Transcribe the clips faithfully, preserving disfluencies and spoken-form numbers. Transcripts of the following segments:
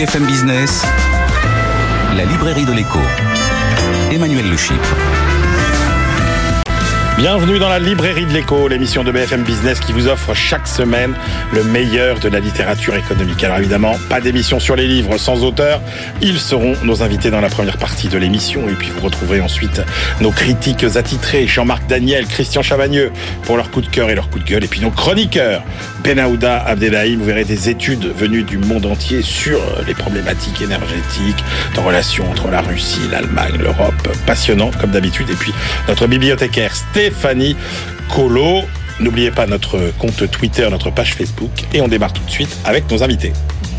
F M Business, la librairie de l'écho. Emmanuel Le Chypre. Bienvenue dans la librairie de l'écho, l'émission de B F M Business qui vous offre chaque semaine le meilleur de la littérature économique. Alors évidemment, pas d'émission sur les livres sans auteur. Ils seront nos invités dans la première partie de l'émission. Et puis vous retrouverez ensuite nos critiques attitrés, Jean-Marc Daniel, Christian Chavagneux, pour leur coup de cœur et leur coup de gueule. Et puis nos chroniqueurs, Benaouda Abdelhaim, vous verrez des études venues du monde entier sur les problématiques énergétiques, de relations entre la Russie, l'Allemagne, l'Europe. Passionnant, comme d'habitude. Et puis notre bibliothécaire, Stéphanie Colo. N'oubliez pas notre compte Twitter, notre page Facebook. Et on démarre tout de suite avec nos invités.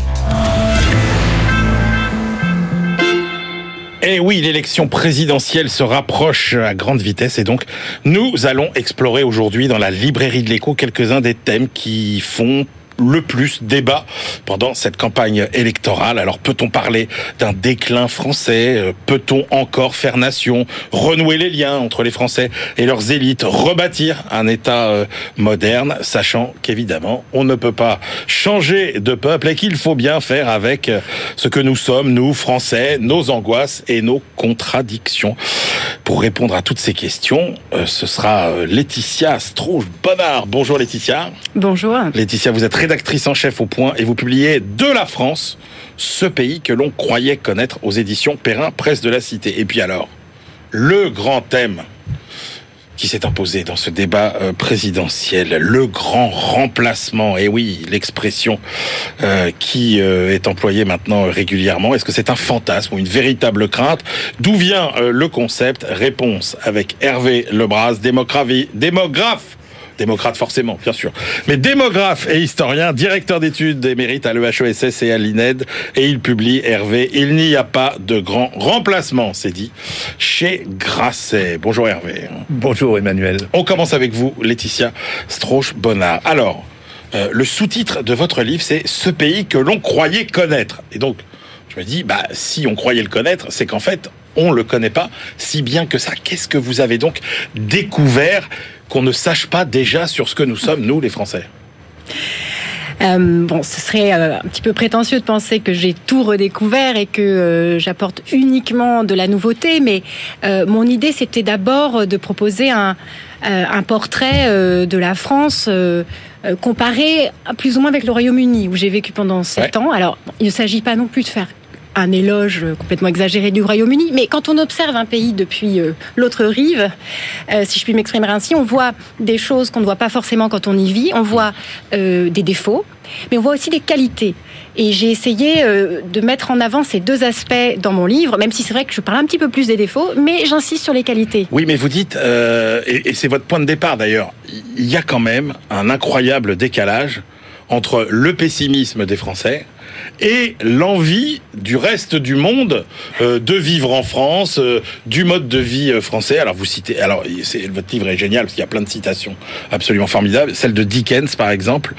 Et oui, l'élection présidentielle se rapproche à grande vitesse et donc nous allons explorer aujourd'hui dans la librairie de l'écho quelques-uns des thèmes qui font le plus débat pendant cette campagne électorale. Alors peut-on parler d'un déclin français ? Peut-on encore faire nation, renouer les liens entre les Français et leurs élites, rebâtir un État euh, moderne, sachant qu'évidemment on ne peut pas changer de peuple et qu'il faut bien faire avec ce que nous sommes, nous Français, nos angoisses et nos contradictions. Pour répondre à toutes ces questions, euh, ce sera euh, Laetitia Strauch-Bonnard. Bonjour Laetitia. Bonjour. Laetitia, vous êtes rédactrice en chef au Point et vous publiez De la France, ce pays que l'on croyait connaître aux éditions Perrin, Presse de la Cité. Et puis alors, le grand thème qui s'est imposé dans ce débat euh, présidentiel, le grand remplacement. Et oui, l'expression euh, qui euh, est employée maintenant régulièrement. Est-ce que c'est un fantasme ou une véritable crainte ? D'où vient euh, le concept ? Réponse avec Hervé Lebras, démocratie, démographe. Démocrate forcément, bien sûr. Mais démographe et historien, directeur d'études émérite à l'E H E S S et à l'I N E D. Et il publie, Hervé, « Il n'y a pas de grand remplacement », c'est dit, chez Grasset. Bonjour Hervé. Bonjour Emmanuel. On commence avec vous, Laetitia Strauch-Bonnard. Alors, euh, le sous-titre de votre livre, c'est « Ce pays que l'on croyait connaître ». Et donc, je me dis, bah, si on croyait le connaître, c'est qu'en fait, on le connaît pas si bien que ça. Qu'est-ce que vous avez donc découvert qu'on ne sache pas déjà sur ce que nous sommes, nous, les Français ? Euh, bon, ce serait euh, un petit peu prétentieux de penser que j'ai tout redécouvert et que euh, j'apporte uniquement de la nouveauté, mais euh, mon idée, c'était d'abord de proposer un, euh, un portrait euh, de la France euh, euh, comparé plus ou moins avec le Royaume-Uni, où j'ai vécu pendant sept ouais. ans. Alors, il ne s'agit pas non plus de faire un éloge complètement exagéré du Royaume-Uni, mais quand on observe un pays depuis euh, l'autre rive, euh, si je puis m'exprimer ainsi, on voit des choses qu'on ne voit pas forcément quand on y vit, on voit euh, des défauts, mais on voit aussi des qualités. Et j'ai essayé euh, de mettre en avant ces deux aspects dans mon livre, même si c'est vrai que je parle un petit peu plus des défauts, mais j'insiste sur les qualités. Oui, mais vous dites, euh, et, et c'est votre point de départ d'ailleurs, il y a quand même un incroyable décalage entre le pessimisme des Français et l'envie du reste du monde euh, de vivre en France, euh, du mode de vie euh, français. Alors vous citez, alors c'est, votre livre est génial parce qu'il y a plein de citations absolument formidables. Celle de Dickens par exemple,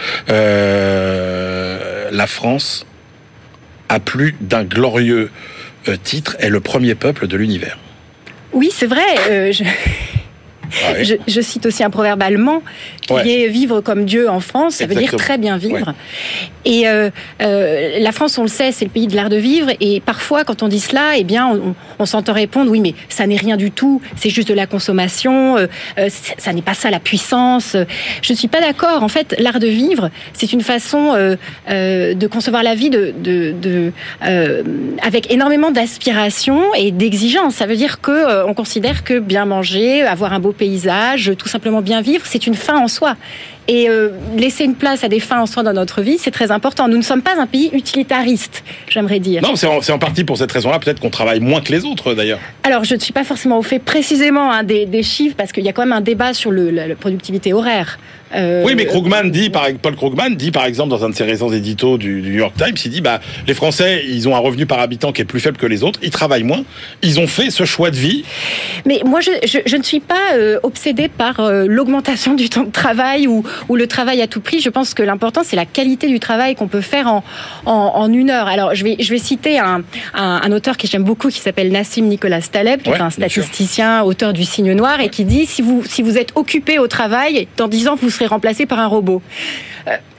euh, la France a plus d'un glorieux euh, titre, est le premier peuple de l'univers. Oui, c'est vrai. Euh, je... Ah oui. je, je cite aussi un proverbe allemand qui ouais. est « vivre comme Dieu en France », ça Exactement. veut dire très bien vivre. Ouais. Et euh, euh, la France, on le sait, c'est le pays de l'art de vivre. Et parfois, quand on dit cela, eh bien, on, on s'entend répondre « oui, mais ça n'est rien du tout, c'est juste de la consommation, euh, euh, ça n'est pas ça la puissance ». Je ne suis pas d'accord. En fait, l'art de vivre, c'est une façon euh, euh, de concevoir la vie de, de, de, euh, avec énormément d'aspiration et d'exigence. Ça veut dire qu'on euh, considère que bien manger, avoir un beau paysage, tout simplement bien vivre, c'est une fin en soi. Et euh, laisser une place à des fins en soi dans notre vie, c'est très important. Nous ne sommes pas un pays utilitariste, j'aimerais dire. Non, c'est en, c'est en partie pour cette raison-là, peut-être qu'on travaille moins que les autres, d'ailleurs. Alors, je ne suis pas forcément au fait précisément hein, des, des chiffres, parce qu'il y a quand même un débat sur le, la, la productivité horaire. Euh, oui, mais Krugman dit, par, Paul Krugman dit, par exemple, dans un de ses récents éditos du, du New York Times, il dit, bah, les Français, ils ont un revenu par habitant qui est plus faible que les autres, ils travaillent moins, ils ont fait ce choix de vie. Mais moi, je, je, je ne suis pas euh, obsédée par euh, l'augmentation du temps de travail ou, ou le travail à tout prix. Je pense que l'important, c'est la qualité du travail qu'on peut faire en, en, en une heure. Alors, je vais, je vais citer un, un, un auteur que j'aime beaucoup, qui s'appelle Nassim Nicolas Taleb, qui ouais, est un statisticien, auteur du Signe Noir, ouais. et qui dit, si vous, si vous êtes occupé au travail, dans dix ans, vous serez remplacé par un robot. Euh,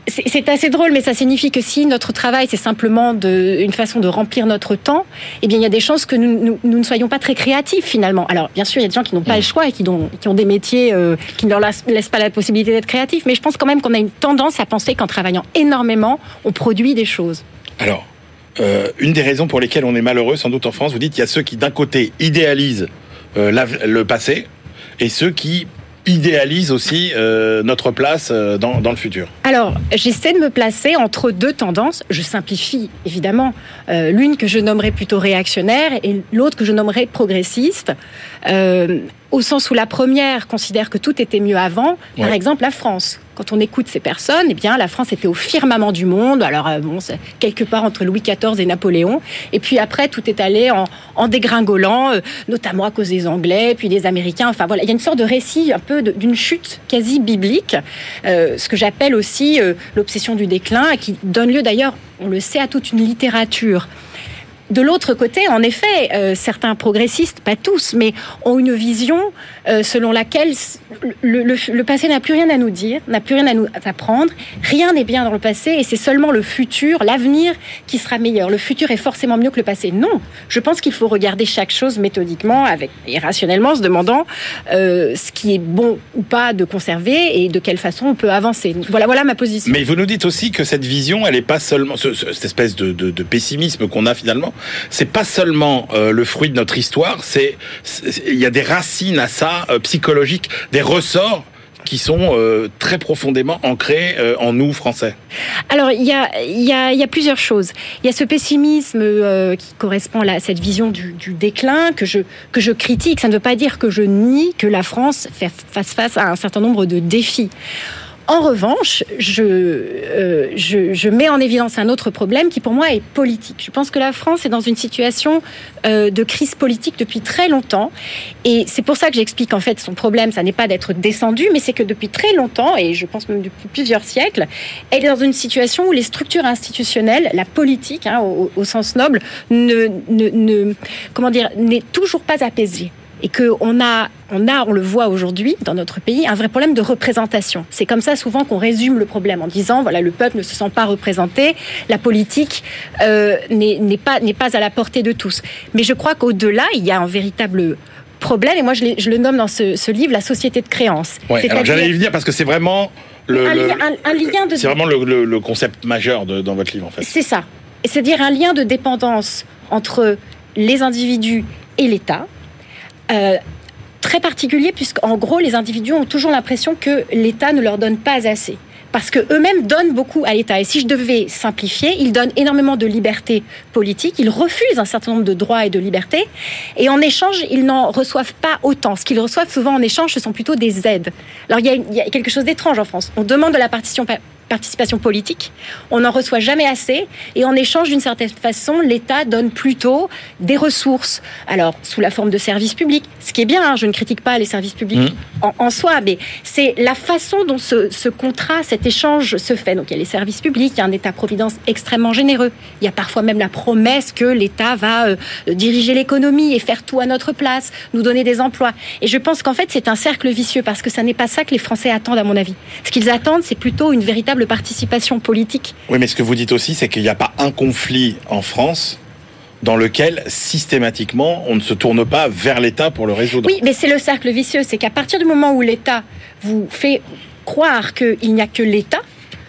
c'est, c'est assez drôle, mais ça signifie que si notre travail, c'est simplement de, une façon de remplir notre temps, eh bien, il y a des chances que nous, nous, nous ne soyons pas très créatifs, finalement. Alors, bien sûr, il y a des gens qui n'ont pas mmh. le choix et qui ont, qui ont des métiers euh, qui ne leur laissent pas la possibilité d'être créatifs, mais je pense quand même qu'on a une tendance à penser qu'en travaillant énormément, on produit des choses. Alors, euh, une des raisons pour lesquelles on est malheureux, sans doute en France, vous dites, il y a ceux qui, d'un côté, idéalisent euh, la, le passé, et ceux qui idéalise aussi euh, notre place euh, dans, dans le futur. Alors, j'essaie de me placer entre deux tendances. Je simplifie, évidemment. Euh, l'une que je nommerais plutôt réactionnaire et l'autre que je nommerais progressiste. Euh, au sens où la première considère que tout était mieux avant. Par ouais. exemple, la France. Quand on écoute ces personnes, eh bien, la France était au firmament du monde. Alors, euh, bon, c'est quelque part entre Louis quatorze et Napoléon. Et puis après, tout est allé en, en dégringolant, euh, notamment à cause des Anglais, puis des Américains. Enfin, voilà, il y a une sorte de récit un peu de, d'une chute quasi biblique, euh, ce que j'appelle aussi euh, l'obsession du déclin, et qui donne lieu d'ailleurs, on le sait, à toute une littérature. De l'autre côté, en effet, euh, certains progressistes, pas tous, mais ont une vision euh, selon laquelle le, le, le passé n'a plus rien à nous dire, n'a plus rien à nous apprendre, rien n'est bien dans le passé et c'est seulement le futur, l'avenir qui sera meilleur. Le futur est forcément mieux que le passé. Non, je pense qu'il faut regarder chaque chose méthodiquement avec, et rationnellement, en se demandant euh, ce qui est bon ou pas de conserver et de quelle façon on peut avancer. Voilà, voilà ma position. Mais vous nous dites aussi que cette vision, elle n'est pas seulement ce, ce, cette espèce de, de, de pessimisme qu'on a finalement. C'est pas seulement euh, le fruit de notre histoire, c'est il y a des racines à ça euh, psychologiques, des ressorts qui sont euh, très profondément ancrés euh, en nous Français. Alors il y a il y a il y a plusieurs choses. Il y a ce pessimisme euh, qui correspond à cette vision du, du déclin que je que je critique. Ça ne veut pas dire que je nie que la France fasse face à un certain nombre de défis. En revanche, je, euh, je, je mets en évidence un autre problème qui, pour moi, est politique. Je pense que la France est dans une situation euh, de crise politique depuis très longtemps. Et c'est pour ça que j'explique, en fait, son problème, ça n'est pas d'être descendue, mais c'est que depuis très longtemps, et je pense même depuis plusieurs siècles, elle est dans une situation où les structures institutionnelles, la politique, hein, au, au sens noble, ne, ne, ne, comment dire, n'est toujours pas apaisée. Et qu'on a, on a, on le voit aujourd'hui dans notre pays, un vrai problème de représentation. C'est comme ça souvent qu'on résume le problème en disant, voilà, le peuple ne se sent pas représenté, la politique euh, n'est, n'est pas, n'est pas à la portée de tous. Mais je crois qu'au-delà, il y a un véritable problème, et moi je, je le nomme dans ce, ce livre la société de créance. Ouais, alors j'allais y venir parce que c'est vraiment le, un, le, un, un lien de, c'est vraiment le, le, le concept majeur de, dans votre livre en fait. C'est ça, c'est-à-dire un lien de dépendance entre les individus et l'État. Euh, très particulier puisqu'en gros les individus ont toujours l'impression que l'État ne leur donne pas assez parce qu'eux-mêmes donnent beaucoup à l'État et si je devais simplifier, ils donnent énormément de liberté politique, ils refusent un certain nombre de droits et de libertés et en échange ils n'en reçoivent pas autant. Ce qu'ils reçoivent souvent en échange ce sont plutôt des aides. Alors il y a, il y a quelque chose d'étrange en France, on demande de la participation participation politique, on n'en reçoit jamais assez et en échange d'une certaine façon l'État donne plutôt des ressources, alors sous la forme de services publics, ce qui est bien, hein, je ne critique pas les services publics mmh. en, en soi, mais c'est la façon dont ce, ce contrat, cet échange se fait. Donc il y a les services publics, il y a un État-providence extrêmement généreux, il y a parfois même la promesse que l'État va euh, diriger l'économie et faire tout à notre place, nous donner des emplois et je pense qu'en fait c'est un cercle vicieux parce que ça n'est pas ça que les Français attendent à mon avis. Ce qu'ils attendent c'est plutôt une véritable participation politique. Oui, mais ce que vous dites aussi, c'est qu'il n'y a pas un conflit en France dans lequel, systématiquement, on ne se tourne pas vers l'État pour le résoudre. Oui, mais c'est le cercle vicieux. C'est qu'à partir du moment où l'État vous fait croire qu'il n'y a que l'État,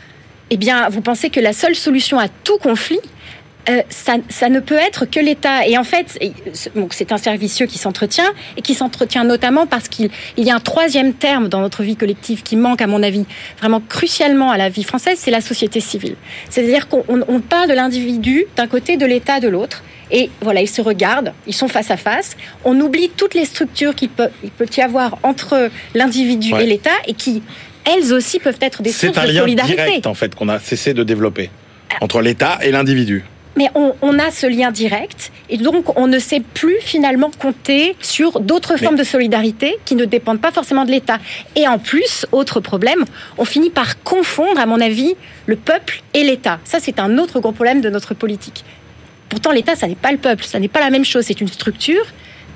eh bien, vous pensez que la seule solution à tout conflit, Euh, ça, ça ne peut être que l'État. Et en fait, donc c'est un cercle vicieux qui s'entretient et qui s'entretient notamment parce qu'il il y a un troisième terme dans notre vie collective qui manque, à mon avis, vraiment crucialement à la vie française, c'est la société civile. C'est-à-dire qu'on on parle de l'individu d'un côté, de l'État de l'autre. Et voilà, ils se regardent, ils sont face à face. On oublie toutes les structures qu'il peut, il peut y avoir entre l'individu ouais. et l'État et qui, elles aussi, peuvent être des c'est sources de solidarité. C'est un lien direct, en fait, qu'on a cessé de développer entre l'État et l'individu. Mais on, on a ce lien direct et donc on ne sait plus finalement compter sur d'autres Mais... formes de solidarité qui ne dépendent pas forcément de l'État. Et en plus, autre problème, on finit par confondre, à mon avis, le peuple et l'État. Ça, c'est un autre gros problème de notre politique. Pourtant, l'État, ça n'est pas le peuple, ça n'est pas la même chose. C'est une structure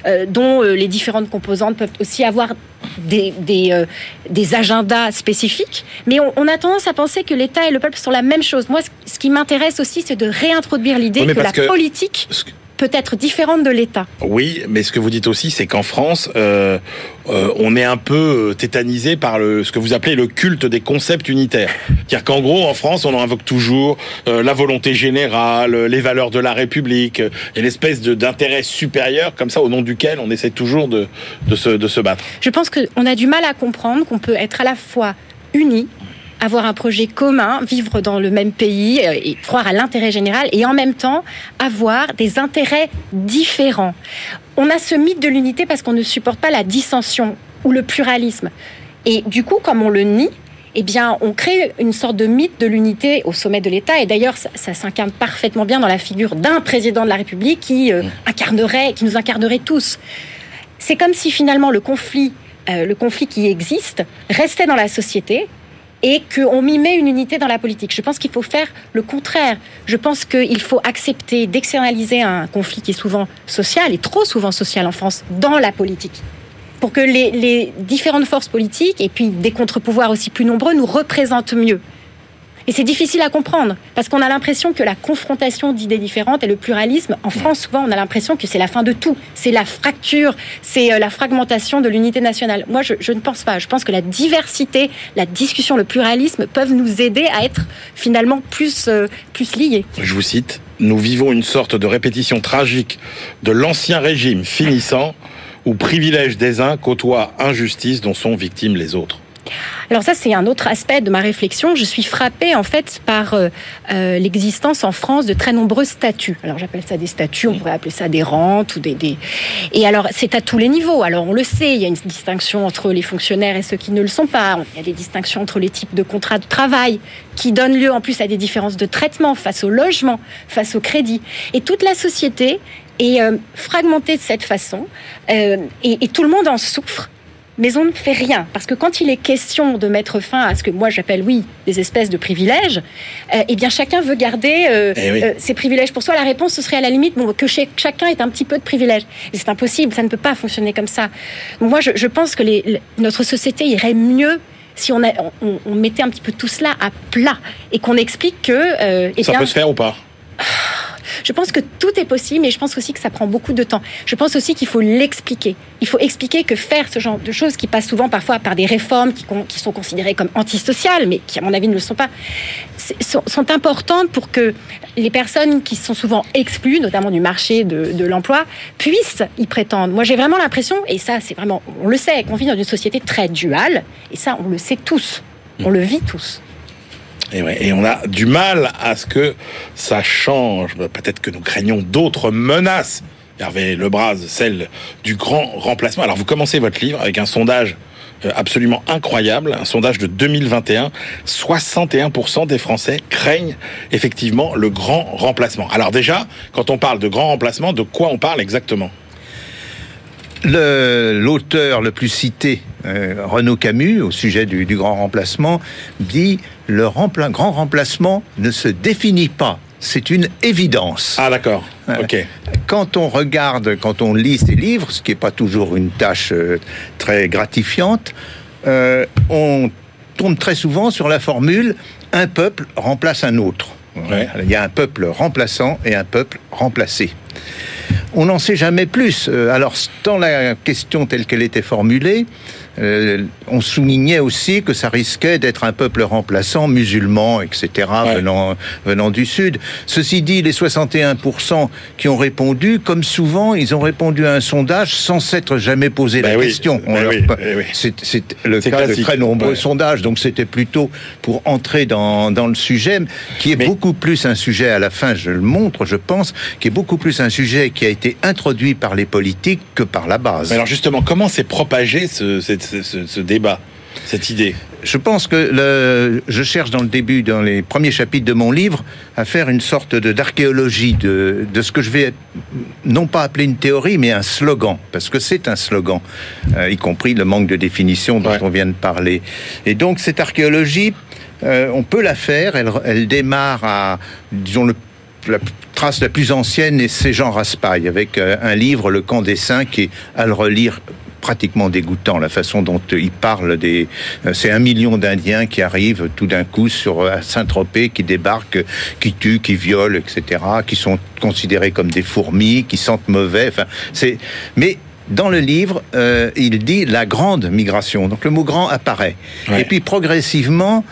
euh, dont euh, les différentes composantes peuvent aussi avoir des, des, euh, des agendas spécifiques. Mais on, on a tendance à penser que l'État et le peuple sont la même chose. Moi, ce, ce qui m'intéresse aussi, c'est de réintroduire l'idée oui, que la que... politique peut être différente de l'État. Oui, mais ce que vous dites aussi, c'est qu'en France, euh, euh, on est un peu tétanisé par le, ce que vous appelez le culte des concepts unitaires. C'est-à-dire qu'en gros, en France, on invoque toujours euh, la volonté générale, les valeurs de la République, et l'espèce de, d'intérêt supérieur, comme ça, au nom duquel on essaie toujours de, de, se, de se battre. Je pense qu'on a du mal à comprendre qu'on peut être à la fois unis, avoir un projet commun, vivre dans le même pays et croire à l'intérêt général et en même temps avoir des intérêts différents. On a ce mythe de l'unité parce qu'on ne supporte pas la dissension ou le pluralisme. Et du coup, comme on le nie, eh bien, on crée une sorte de mythe de l'unité au sommet de l'État. Et d'ailleurs, ça, ça s'incarne parfaitement bien dans la figure d'un président de la République qui euh, incarnerait, qui nous incarnerait tous. C'est comme si finalement le conflit, euh, le conflit qui existe restait dans la société et qu'on mimait une unité dans la politique. Je pense qu'il faut faire le contraire. Je pense qu'il faut accepter d'externaliser un conflit qui est souvent social, et trop souvent social en France, dans la politique, pour que les, les différentes forces politiques, et puis des contre-pouvoirs aussi plus nombreux, nous représentent mieux. Et c'est difficile à comprendre, parce qu'on a l'impression que la confrontation d'idées différentes et le pluralisme, en France, souvent, on a l'impression que c'est la fin de tout. C'est la fracture, c'est la fragmentation de l'unité nationale. Moi, je, je ne pense pas. Je pense que la diversité, la discussion, le pluralisme peuvent nous aider à être finalement plus, euh, plus liés. Je vous cite, « Nous vivons une sorte de répétition tragique de l'ancien régime finissant, où privilège des uns côtoie injustice dont sont victimes les autres. » Alors ça, c'est un autre aspect de ma réflexion. Je suis frappée, en fait, par euh, euh, l'existence en France de très nombreux statuts. Alors, j'appelle ça des statuts, on pourrait appeler ça des rentes ou des... des... Et alors, c'est à tous les niveaux. Alors, on le sait, il y a une distinction entre les fonctionnaires et ceux qui ne le sont pas. Il y a des distinctions entre les types de contrats de travail qui donnent lieu, en plus, à des différences de traitement face au logement, face au crédit. Et toute la société est euh, fragmentée de cette façon euh, et, et tout le monde en souffre. Mais on ne fait rien, parce que quand il est question de mettre fin à ce que moi j'appelle, oui, des espèces de privilèges, euh, eh bien chacun veut garder euh, eh oui. euh, ses privilèges pour soi. La réponse, ce serait à la limite bon, que ch- chacun ait un petit peu de privilèges. Et c'est impossible, ça ne peut pas fonctionner comme ça. Donc moi, je, je pense que les, les, notre société irait mieux si on, a, on, on mettait un petit peu tout cela à plat et qu'on explique que... Euh, eh ça bien, peut se faire ou pas ? Je pense que tout est possible, mais je pense aussi que ça prend beaucoup de temps. Je pense aussi qu'il faut l'expliquer. Il faut expliquer que faire ce genre de choses qui passent souvent parfois par des réformes qui, qui sont considérées comme antisociales, mais qui, à mon avis, ne le sont pas, sont, sont importantes pour que les personnes qui sont souvent exclues, notamment du marché de, de l'emploi, puissent y prétendre. Moi, j'ai vraiment l'impression, et ça, c'est vraiment, on le sait, qu'on vit dans une société très duale, et ça, on le sait tous. On le vit tous. Et, ouais, et on a du mal à ce que ça change. Peut-être que nous craignons d'autres menaces. Hervé Lebras, celle du grand remplacement. Alors vous commencez votre livre avec un sondage absolument incroyable, un sondage de deux mille vingt et un. soixante et un pour cent des Français craignent effectivement le grand remplacement. Alors déjà, quand on parle de grand remplacement, de quoi on parle exactement ? Le, l'auteur le plus cité, euh, Renaud Camus, au sujet du, du grand remplacement, dit « Le rempla- grand remplacement ne se définit pas, c'est une évidence. » Ah d'accord, ok. Quand on regarde, quand on lit ces livres, ce qui n'est pas toujours une tâche euh, très gratifiante, euh, on tombe très souvent sur la formule « Un peuple remplace un autre ». Ouais. Il y a un peuple remplaçant et un peuple remplacé. On n'en sait jamais plus. Alors, dans la question telle qu'elle était formulée, euh, on soulignait aussi que ça risquait d'être un peuple remplaçant, musulman, et cetera, ouais. venant, venant du Sud. Ceci dit, les soixante et un pour cent qui ont répondu, comme souvent, ils ont répondu à un sondage sans s'être jamais posé ben la oui, question. Ben leur... oui, ben oui. c'est, c'est le c'est cas classique. De très nombreux ouais. sondages, donc c'était plutôt pour entrer dans, dans le sujet, qui est Mais... beaucoup plus un sujet, à la fin je le montre, je pense, qui est beaucoup plus un sujet qui a été introduit par les politiques que par la base. Mais alors justement, comment s'est propagé ce, ce, ce, ce débat, cette idée ? Je pense que le, je cherche dans le début, dans les premiers chapitres de mon livre, à faire une sorte de, d'archéologie de, de ce que je vais non pas appeler une théorie, mais un slogan, parce que c'est un slogan, euh, y compris le manque de définition dont ouais. on vient de parler. Et donc cette archéologie, euh, on peut la faire, elle, elle démarre à, disons, le la trace la plus ancienne, c'est Jean Raspail, avec un livre, Le Camp des Saints, qui est à le relire pratiquement dégoûtant, la façon dont il parle des... C'est un million d'Indiens qui arrivent tout d'un coup sur Saint-Tropez, qui débarquent, qui tuent, qui violent, et cetera, qui sont considérés comme des fourmis, qui sentent mauvais. Enfin, c'est... Mais dans le livre, euh, il dit la grande migration. Donc le mot grand apparaît. Ouais. Et puis progressivement,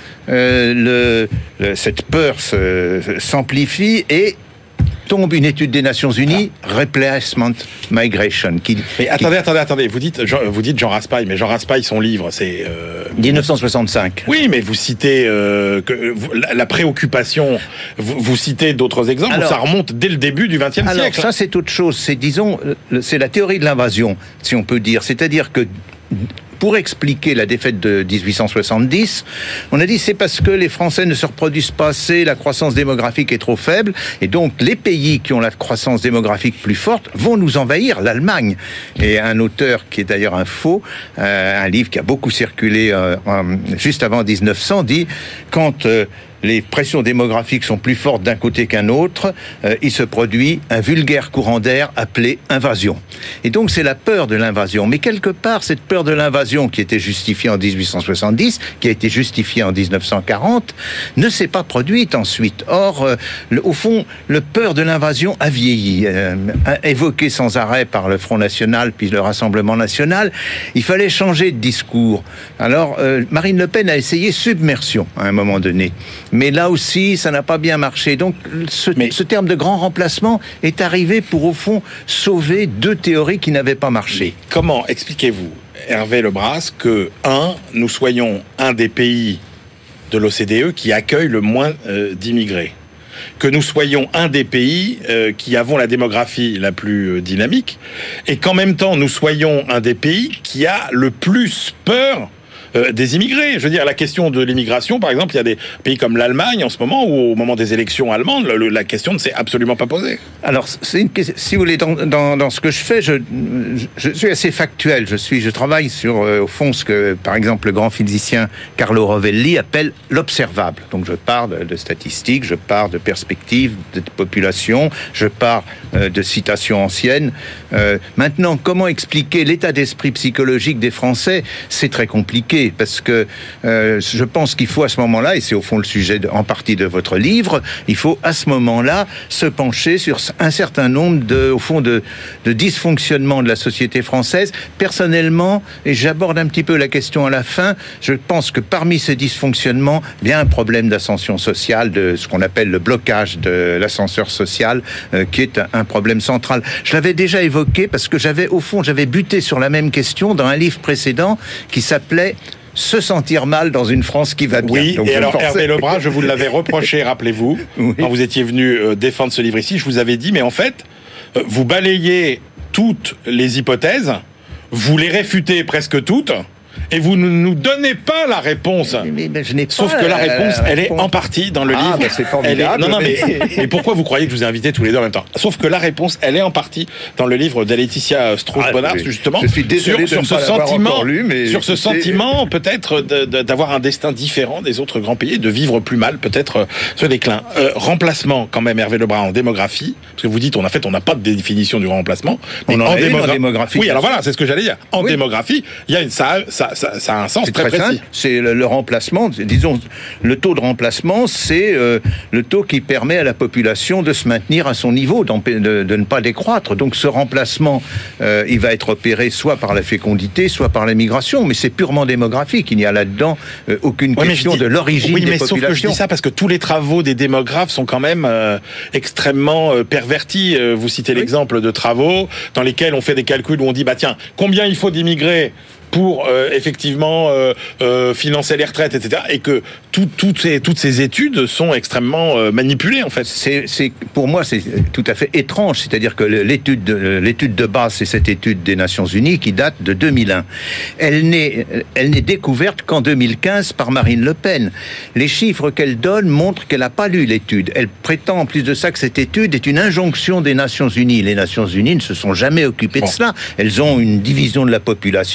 euh, le, le, cette peur se, s'amplifie et tombe une étude des Nations Unies, Replacement Migration. Qui, mais attendez, qui... attendez, attendez. Vous dites, Jean, vous dites Jean Raspail, mais Jean Raspail, son livre, c'est euh... dix-neuf cent soixante-cinq. Oui, mais vous citez euh, que vous, la, la préoccupation. Vous, vous citez d'autres exemples. Alors, ça remonte dès le début du vingtième siècle. Alors ça, c'est autre chose. C'est, disons, c'est la théorie de l'invasion, si on peut dire. C'est-à-dire que pour expliquer la défaite de dix-huit cent soixante-dix, on a dit c'est parce que les Français ne se reproduisent pas assez, la croissance démographique est trop faible, et donc les pays qui ont la croissance démographique plus forte vont nous envahir, l'Allemagne. Et un auteur qui est d'ailleurs un faux, euh, un livre qui a beaucoup circulé euh, euh, juste avant dix-neuf cents, dit quand euh, les pressions démographiques sont plus fortes d'un côté qu'un autre, euh, il se produit un vulgaire courant d'air appelé invasion. Et donc c'est la peur de l'invasion. Mais quelque part, cette peur de l'invasion qui était justifiée en dix-huit cent soixante-dix, qui a été justifiée en dix-neuf cent quarante, ne s'est pas produite ensuite. Or, euh, le, au fond, le peur de l'invasion a vieilli. Euh, évoqué sans arrêt par le Front National, puis le Rassemblement National, il fallait changer de discours. Alors, euh, Marine Le Pen a essayé submersion à un moment donné. Mais là aussi, ça n'a pas bien marché. Donc, ce, Mais... ce terme de grand remplacement est arrivé pour, au fond, sauver deux théories qui n'avaient pas marché. Mais comment expliquez-vous, Hervé Lebras, que, un, nous soyons un des pays de l'O C D E qui accueille le moins euh, d'immigrés, que nous soyons un des pays euh, qui avons la démographie la plus euh, dynamique, et qu'en même temps, nous soyons un des pays qui a le plus peur Euh, des immigrés. Je veux dire, la question de l'immigration, par exemple, il y a des pays comme l'Allemagne en ce moment où, au moment des élections allemandes, le, la question ne s'est absolument pas posée. Alors, c'est une, si vous voulez, dans, dans, dans ce que je fais, je, je, je suis assez factuel. Je suis, je travaille sur, euh, au fond, ce que, par exemple, le grand physicien Carlo Rovelli appelle l'observable. Donc, je pars de, de statistiques, je pars de perspectives de, de population, je pars euh, de citations anciennes. Euh, maintenant, comment expliquer l'état d'esprit psychologique des Français ? C'est très compliqué. Parce que euh, je pense qu'il faut à ce moment-là, et c'est au fond le sujet de, en partie de votre livre, il faut à ce moment-là se pencher sur un certain nombre de, au fond, de, de dysfonctionnements de la société française. Personnellement, et j'aborde un petit peu la question à la fin, je pense que parmi ces dysfonctionnements, il y a un problème d'ascension sociale, de ce qu'on appelle le blocage de l'ascenseur social, euh, qui est un, un problème central. Je l'avais déjà évoqué parce que j'avais, au fond, j'avais buté sur la même question dans un livre précédent qui s'appelait Se sentir mal dans une France qui va bien. Oui, donc et alors pensais... Hervé Lebras, je vous l'avais reproché, rappelez-vous, oui. Quand vous étiez venu euh, défendre ce livre ici, je vous avais dit, mais en fait, euh, vous balayez toutes les hypothèses, vous les réfutez presque toutes, et vous ne nous donnez pas la réponse. Mais, mais je n'ai pas Sauf que la réponse, la elle réponse. est en partie dans le ah, livre. Bah c'est formidable. Elle est... Non, non, mais, mais pourquoi vous croyez que je vous ai invités tous les deux en même temps ? Sauf que la réponse, elle est en partie dans le livre d'Alaïtia Strauss-Bonnard, ah, justement. Je suis désolé sur, de sur ne ce pas sentiment, lu, mais sur ce sentiment, peut-être, de, de, d'avoir un destin différent des autres grands pays, de vivre plus mal, peut-être, euh, ce déclin. Euh, remplacement, quand même, Hervé Lebras, en démographie, parce que vous dites, on a fait, on n'a pas de définition du remplacement. On en, en, démogra- en démographie. Oui, alors voilà, c'est ce que j'allais dire. En oui. démographie, il y a une, ça, ça, ça, ça a un sens c'est très, très précis. Simple. C'est le, le remplacement, disons, le taux de remplacement, c'est euh, le taux qui permet à la population de se maintenir à son niveau, de, de ne pas décroître. Donc ce remplacement, euh, il va être opéré soit par la fécondité, soit par la migration, mais c'est purement démographique. Il n'y a là-dedans euh, aucune oui, question dis, de l'origine oui, des mais populations. Sauf que je dis ça parce que tous les travaux des démographes sont quand même euh, extrêmement euh, pervertis. Euh, vous citez oui. l'exemple de travaux dans lesquels on fait des calculs où on dit, bah tiens, combien il faut d'immigrés pour euh, effectivement euh, euh, financer les retraites, et cetera. Et que tout, toutes, ces, toutes ces études sont extrêmement euh, manipulées, en fait. C'est, c'est, pour moi, c'est tout à fait étrange. C'est-à-dire que l'étude de, l'étude de base, c'est cette étude des Nations Unies qui date de deux mille un. Elle n'est, elle n'est découverte qu'en deux mille quinze par Marine Le Pen. Les chiffres qu'elle donne montrent qu'elle n'a pas lu l'étude. Elle prétend, en plus de ça, que cette étude est une injonction des Nations Unies. Les Nations Unies ne se sont jamais occupées bon. de cela. Elles ont une division de la population qui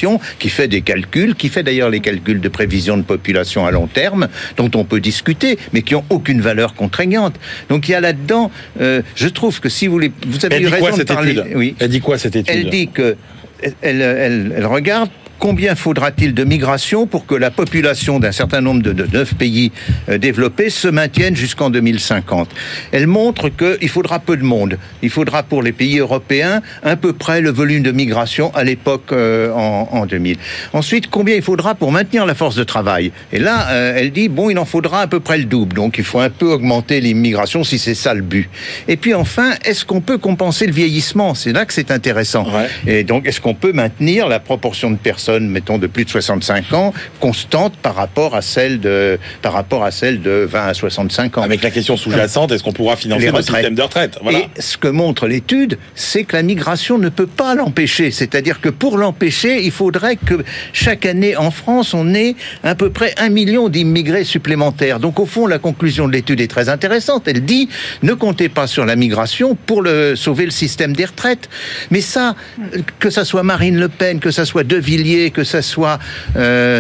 qui fait des calculs, qui fait d'ailleurs les calculs de prévision de population à long terme, dont on peut discuter, mais qui n'ont aucune valeur contraignante. Donc il y a là-dedans, euh, je trouve que si vous voulez... Vous avez eu raison de parler... Oui. Elle dit quoi cette étude ? Elle dit que... Elle, elle, elle regarde combien faudra-t-il de migration pour que la population d'un certain nombre de, de neuf pays euh, développés se maintienne jusqu'en deux mille cinquante. Elle montre qu'il faudra peu de monde. Il faudra pour les pays européens à peu près le volume de migration à l'époque euh, en, en deux mille. Ensuite, combien il faudra pour maintenir la force de travail. Et là, euh, elle dit, bon, il en faudra à peu près le double. Donc, il faut un peu augmenter l'immigration si c'est ça le but. Et puis enfin, est-ce qu'on peut compenser le vieillissement ? C'est là que c'est intéressant. Ouais. Et donc, est-ce qu'on peut maintenir la proportion de personnes, mettons, de plus de soixante-cinq ans, constante par rapport à celle de, par rapport à celle de vingt à soixante-cinq ans. Avec la question sous-jacente, est-ce qu'on pourra financer le système de retraite ? Voilà. Et ce que montre l'étude, c'est que la migration ne peut pas l'empêcher. C'est-à-dire que pour l'empêcher, il faudrait que chaque année en France, on ait à peu près un million d'immigrés supplémentaires. Donc au fond, la conclusion de l'étude est très intéressante. Elle dit, ne comptez pas sur la migration pour le, sauver le système des retraites. Mais ça, que ça soit Marine Le Pen, que ça soit De Villiers, que ce soit euh,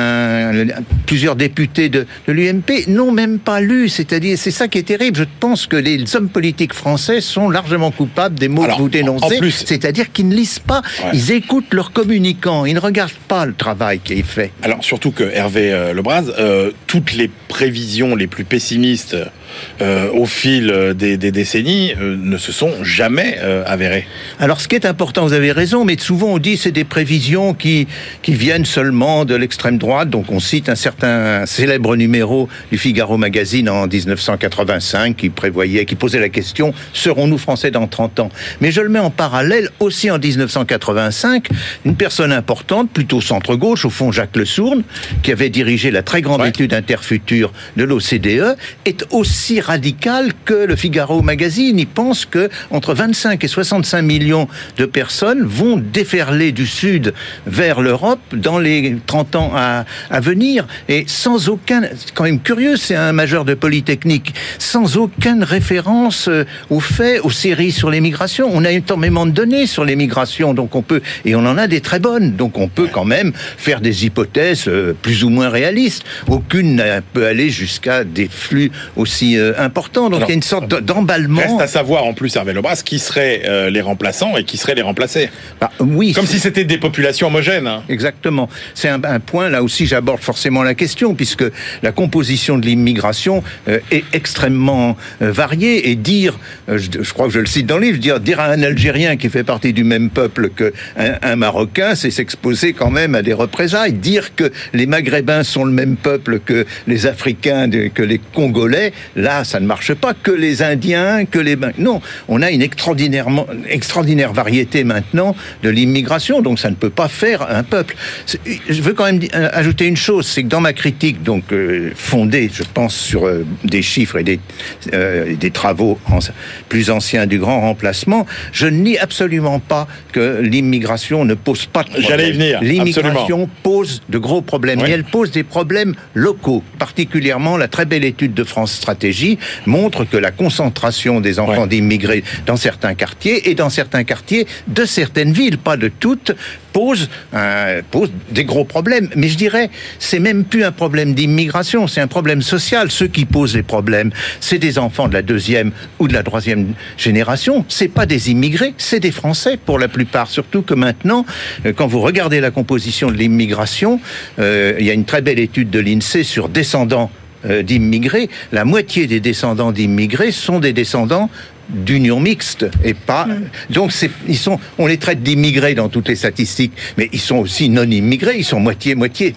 un, plusieurs députés de, de l'U M P, n'ont même pas lu. C'est-à-dire, c'est ça qui est terrible. Je pense que les hommes politiques français sont largement coupables des mots Alors, que vous dénoncez. Plus... C'est-à-dire qu'ils ne lisent pas. Ouais. Ils écoutent leurs communicants. Ils ne regardent pas le travail qui est fait. Alors, surtout que Hervé euh, Lebras, euh, toutes les prévisions les plus pessimistes Euh, au fil des, des décennies euh, ne se sont jamais euh, avérées. Alors ce qui est important, vous avez raison, mais souvent on dit c'est des prévisions qui, qui viennent seulement de l'extrême droite. Donc on cite un certain célèbre numéro du Figaro Magazine en dix-neuf cent quatre-vingt-cinq qui prévoyait, qui posait la question, serons-nous français dans trente ans ? Mais je le mets en parallèle aussi en dix-neuf cent quatre-vingt-cinq, une personne importante, plutôt centre-gauche, au fond Jacques Le Sourne, qui avait dirigé la très grande ouais. étude Interfutur de l'O C D E, est aussi si radical que le Figaro Magazine. Il pense que entre vingt-cinq et soixante-cinq millions de personnes vont déferler du Sud vers l'Europe dans les trente ans à, à venir, et sans aucun, c'est quand même curieux, c'est un majeur de Polytechnique, sans aucune référence aux faits, aux séries sur les migrations. On a énormément de données sur les migrations, donc on peut, et on en a des très bonnes, donc on peut quand même faire des hypothèses plus ou moins réalistes. Aucune ne peut aller jusqu'à des flux aussi important, donc Alors, il y a une sorte d'emballement. Reste à savoir en plus, Hervé Lebras, qui seraient euh, les remplaçants et qui seraient les remplacés. Bah, oui. Comme si c'était des populations homogènes. Hein. Exactement. C'est un, un point, là aussi j'aborde forcément la question, puisque la composition de l'immigration euh, est extrêmement euh, variée, et dire, euh, je, je crois que je le cite dans le livre, dire, dire à un Algérien qui fait partie du même peuple qu'un un Marocain, c'est s'exposer quand même à des représailles. Dire que les Maghrébins sont le même peuple que les Africains, que les Congolais, là, ça ne marche pas. Que les Indiens, que les... Non, on a une extraordinairement, extraordinaire variété maintenant de l'immigration, donc ça ne peut pas faire un peuple. Je veux quand même ajouter une chose, c'est que dans ma critique, donc euh, fondée, je pense, sur euh, des chiffres et des, euh, des travaux en, plus anciens du grand remplacement, je ne nie absolument pas que l'immigration ne pose pas de problème. J'allais y venir, l'immigration absolument. pose de gros problèmes, oui. Et elle pose des problèmes locaux. Particulièrement, la très belle étude de France Stratégie montre que la concentration des enfants ouais. d'immigrés dans certains quartiers, et dans certains quartiers de certaines villes, pas de toutes, pose, euh, pose des gros problèmes. Mais je dirais, c'est même plus un problème d'immigration, c'est un problème social. Ceux qui posent les problèmes, c'est des enfants de la deuxième ou de la troisième génération. C'est pas des immigrés, c'est des Français pour la plupart. Surtout que maintenant, quand vous regardez la composition de l'immigration, euh, il y a une très belle étude de l'INSEE sur descendants euh, d'immigrés. La moitié des descendants d'immigrés sont des descendants d'union mixte, et pas mmh. donc c'est, ils sont, on les traite d'immigrés dans toutes les statistiques, mais ils sont aussi non immigrés, ils sont moitié moitié.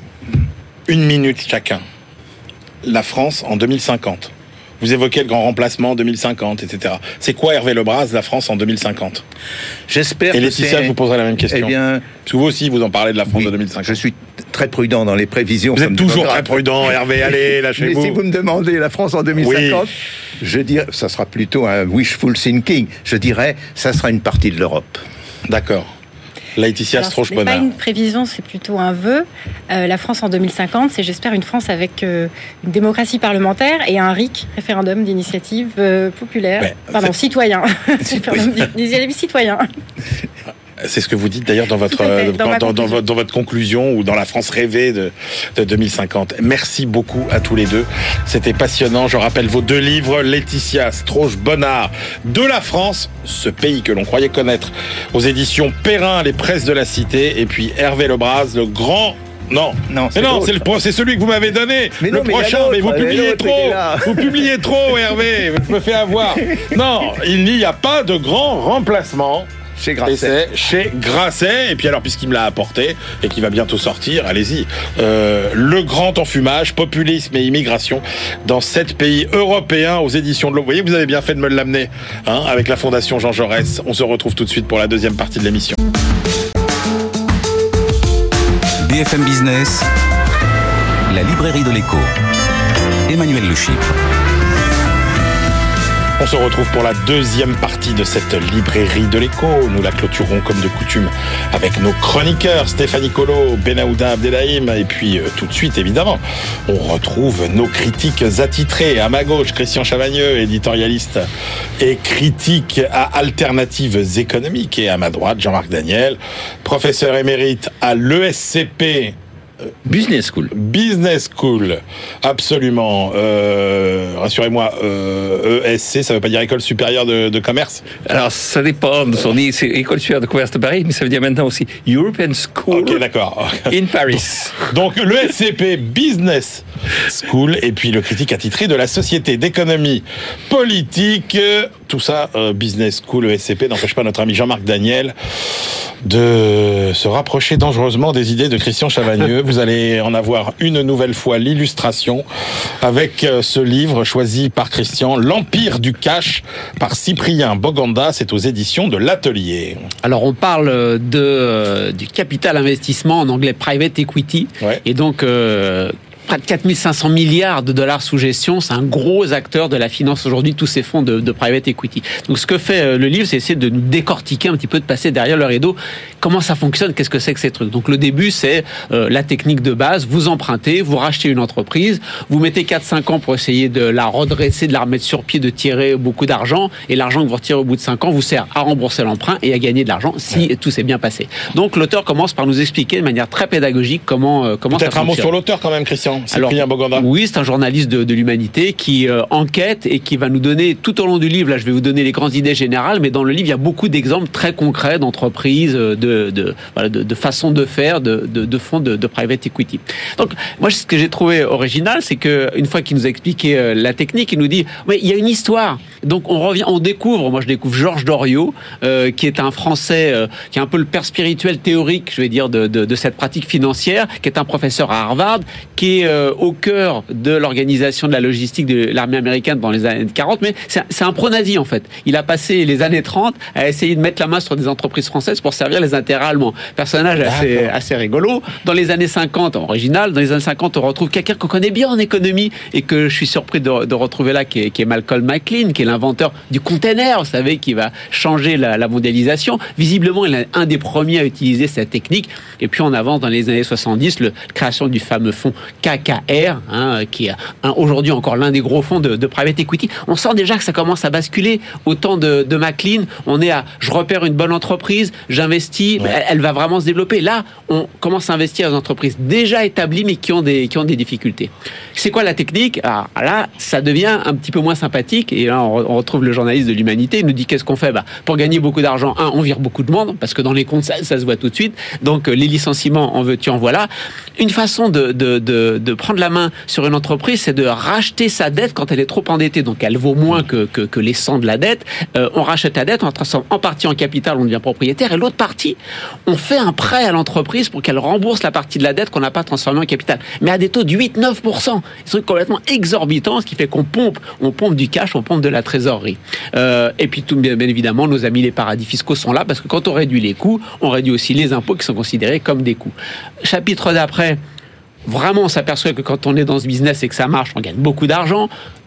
Une minute chacun. La France en deux mille cinquante. Vous évoquez le grand remplacement en deux mille cinquante, et cetera. C'est quoi, Hervé Lebras, la France en deux mille cinquante ? J'espère. Et Laetitia, je vous poserai la même question. Eh bien, parce que vous aussi, vous en parlez de la France oui, de deux mille cinquante. Je suis très prudent dans les prévisions. Vous êtes toujours très prudent, Hervé. Allez, lâchez-vous. Mais si vous me demandez la France en deux mille cinquante, oui. je dirais, ça sera plutôt un wishful thinking. Je dirais, ça sera une partie de l'Europe. D'accord. Laetitia Strauch-Bonnard. Ce n'est pas une prévision, c'est plutôt un vœu. Euh, la France en deux mille cinquante, c'est, j'espère, une France avec euh, une démocratie parlementaire et un R I C, référendum d'initiative euh, populaire, ouais, pardon, citoyen, référendum d'initiative citoyen. C'est ce que vous dites d'ailleurs dans votre, fait, dans, dans, dans, votre, dans votre conclusion ou dans la France rêvée de, de deux mille cinquante. Merci beaucoup à tous les deux. C'était passionnant. Je rappelle vos deux livres, Laetitia Strauch-Bonnard, De la France, ce pays que l'on croyait connaître, aux éditions Perrin, les presses de la Cité, et puis Hervé Lebras, le grand... Non, non, c'est, mais non c'est, le, c'est celui que vous m'avez donné. Mais le non, prochain, mais, mais vous publiez trop. Vous publiez trop, Hervé. Je me fais avoir. Non, il n'y a pas de grand remplacement. Chez Grasset. Et c'est chez Grasset. Et puis alors, puisqu'il me l'a apporté et qu'il va bientôt sortir, allez-y. Euh, le grand enfumage, populisme et immigration dans sept pays européens aux éditions de l'eau. Vous voyez, vous avez bien fait de me l'amener, hein, avec la Fondation Jean Jaurès. On se retrouve tout de suite pour la deuxième partie de l'émission. B F M Business, la librairie de l'écho. Emmanuel Le Chypre. On se retrouve pour la deuxième partie de cette librairie de l'écho. Nous la clôturons comme de coutume avec nos chroniqueurs, Stéphanie Colo, Benaouda Abdelhaim, et puis euh, tout de suite, évidemment, on retrouve nos critiques attitrés. À ma gauche, Christian Chavagneux, éditorialiste et critique à Alternatives économiques. Et à ma droite, Jean-Marc Daniel, professeur émérite à l'E S C P. Business School. Business School, absolument. Euh, rassurez-moi, euh, E S C, ça ne veut pas dire École supérieure de, de commerce? Alors, ça dépend de son nom. C'est École supérieure de commerce de Paris, mais ça veut dire maintenant aussi European School. Ok, d'accord. In Paris. Donc, l'E S C P Business School, et puis le critique attitré de la Société d'économie politique. Tout ça, euh, Business School, E S C P, n'empêche pas notre ami Jean-Marc Daniel de se rapprocher dangereusement des idées de Christian Chavagneux. Vous allez en avoir une nouvelle fois l'illustration avec ce livre choisi par Christian, L'Empire du Cash, par Cyprien Boganda. C'est aux éditions de l'Atelier. Alors on parle de, du capital investissement, en anglais private equity, ouais. Et donc... Euh, près de quatre mille cinq cents milliards de dollars sous gestion, c'est un gros acteur de la finance aujourd'hui, tous ces fonds de, de private equity. Donc ce que fait le livre, c'est essayer de nous décortiquer un petit peu, de passer derrière le rideau, comment ça fonctionne, qu'est-ce que c'est que ces trucs. Donc le début, c'est euh, la technique de base, vous empruntez, vous rachetez une entreprise, vous mettez quatre cinq ans pour essayer de la redresser, de la remettre sur pied, de tirer beaucoup d'argent, et l'argent que vous retirez au bout de cinq ans vous sert à rembourser l'emprunt et à gagner de l'argent si ouais. tout s'est bien passé. Donc l'auteur commence par nous expliquer de manière très pédagogique comment, euh, comment ça fonctionne. Peut-être un mot sur l'auteur quand même, Christian. Alors, oui, c'est un journaliste de, de l'humanité qui euh, enquête et qui va nous donner tout au long du livre, là je vais vous donner les grandes idées générales, mais dans le livre il y a beaucoup d'exemples très concrets d'entreprises, de, de, voilà, de, de façons de faire, de, de, de fonds de, de private equity. Donc moi ce que j'ai trouvé original, c'est qu'une fois qu'il nous a expliqué euh, la technique, il nous dit oui, il y a une histoire. Donc on revient, on découvre, moi je découvre Georges Doriot, euh, qui est un Français, euh, qui est un peu le père spirituel théorique, je vais dire, de, de, de cette pratique financière, qui est un professeur à Harvard, qui est euh, au cœur de l'organisation de la logistique de l'armée américaine dans les années quarante, mais c'est, c'est un pro-nazi en fait. Il a passé les années trente à essayer de mettre la main sur des entreprises françaises pour servir les intérêts allemands. Personnage assez, assez rigolo. Dans les années cinquante, original, dans les années cinquante, on retrouve quelqu'un qu'on connaît bien en économie et que je suis surpris de, de retrouver là, qui est, qui est Malcolm McLean, qui est l'inventeur du container, vous savez, qui va changer la, la mondialisation. Visiblement, il est un des premiers à utiliser cette technique. Et puis on avance dans les années soixante-dix, la création du fameux fonds K K R, hein, qui est un, aujourd'hui encore l'un des gros fonds de, de private equity. On sent déjà que ça commence à basculer. Au temps de, de McLean, on est à je repère une bonne entreprise, j'investis, ouais. elle, elle va vraiment se développer. Là, on commence à investir dans des entreprises déjà établies mais qui ont des, qui ont des difficultés. C'est quoi la technique? Alors là, ça devient un petit peu moins sympathique et là, on, on retrouve le journaliste de l'humanité, il nous dit qu'est-ce qu'on fait? Bah, pour gagner beaucoup d'argent, un, on vire beaucoup de monde parce que dans les comptes, ça, ça se voit tout de suite. Donc les licenciements, en veux-tu, en voilà. Une façon de, de, de, de prendre la main sur une entreprise, c'est de racheter sa dette quand elle est trop endettée, donc elle vaut moins que, que, que les cent de la dette. Euh, on rachète la dette, on la transforme en partie en capital, on devient propriétaire, et l'autre partie, on fait un prêt à l'entreprise pour qu'elle rembourse la partie de la dette qu'on n'a pas transformée en capital, mais à des taux de huit à neuf pour cent. C'est un truc complètement exorbitant, ce qui fait qu'on pompe, on pompe du cash, on pompe de la trésorerie. Euh, et puis tout bien, bien évidemment, nos amis les paradis fiscaux sont là, parce que quand on réduit les coûts, on réduit aussi les impôts qui sont considérés comme des coûts. Chapitre d'après, vraiment, on s'aperçoit que quand on est dans ce business et que ça marche, on gagne beaucoup d'argent.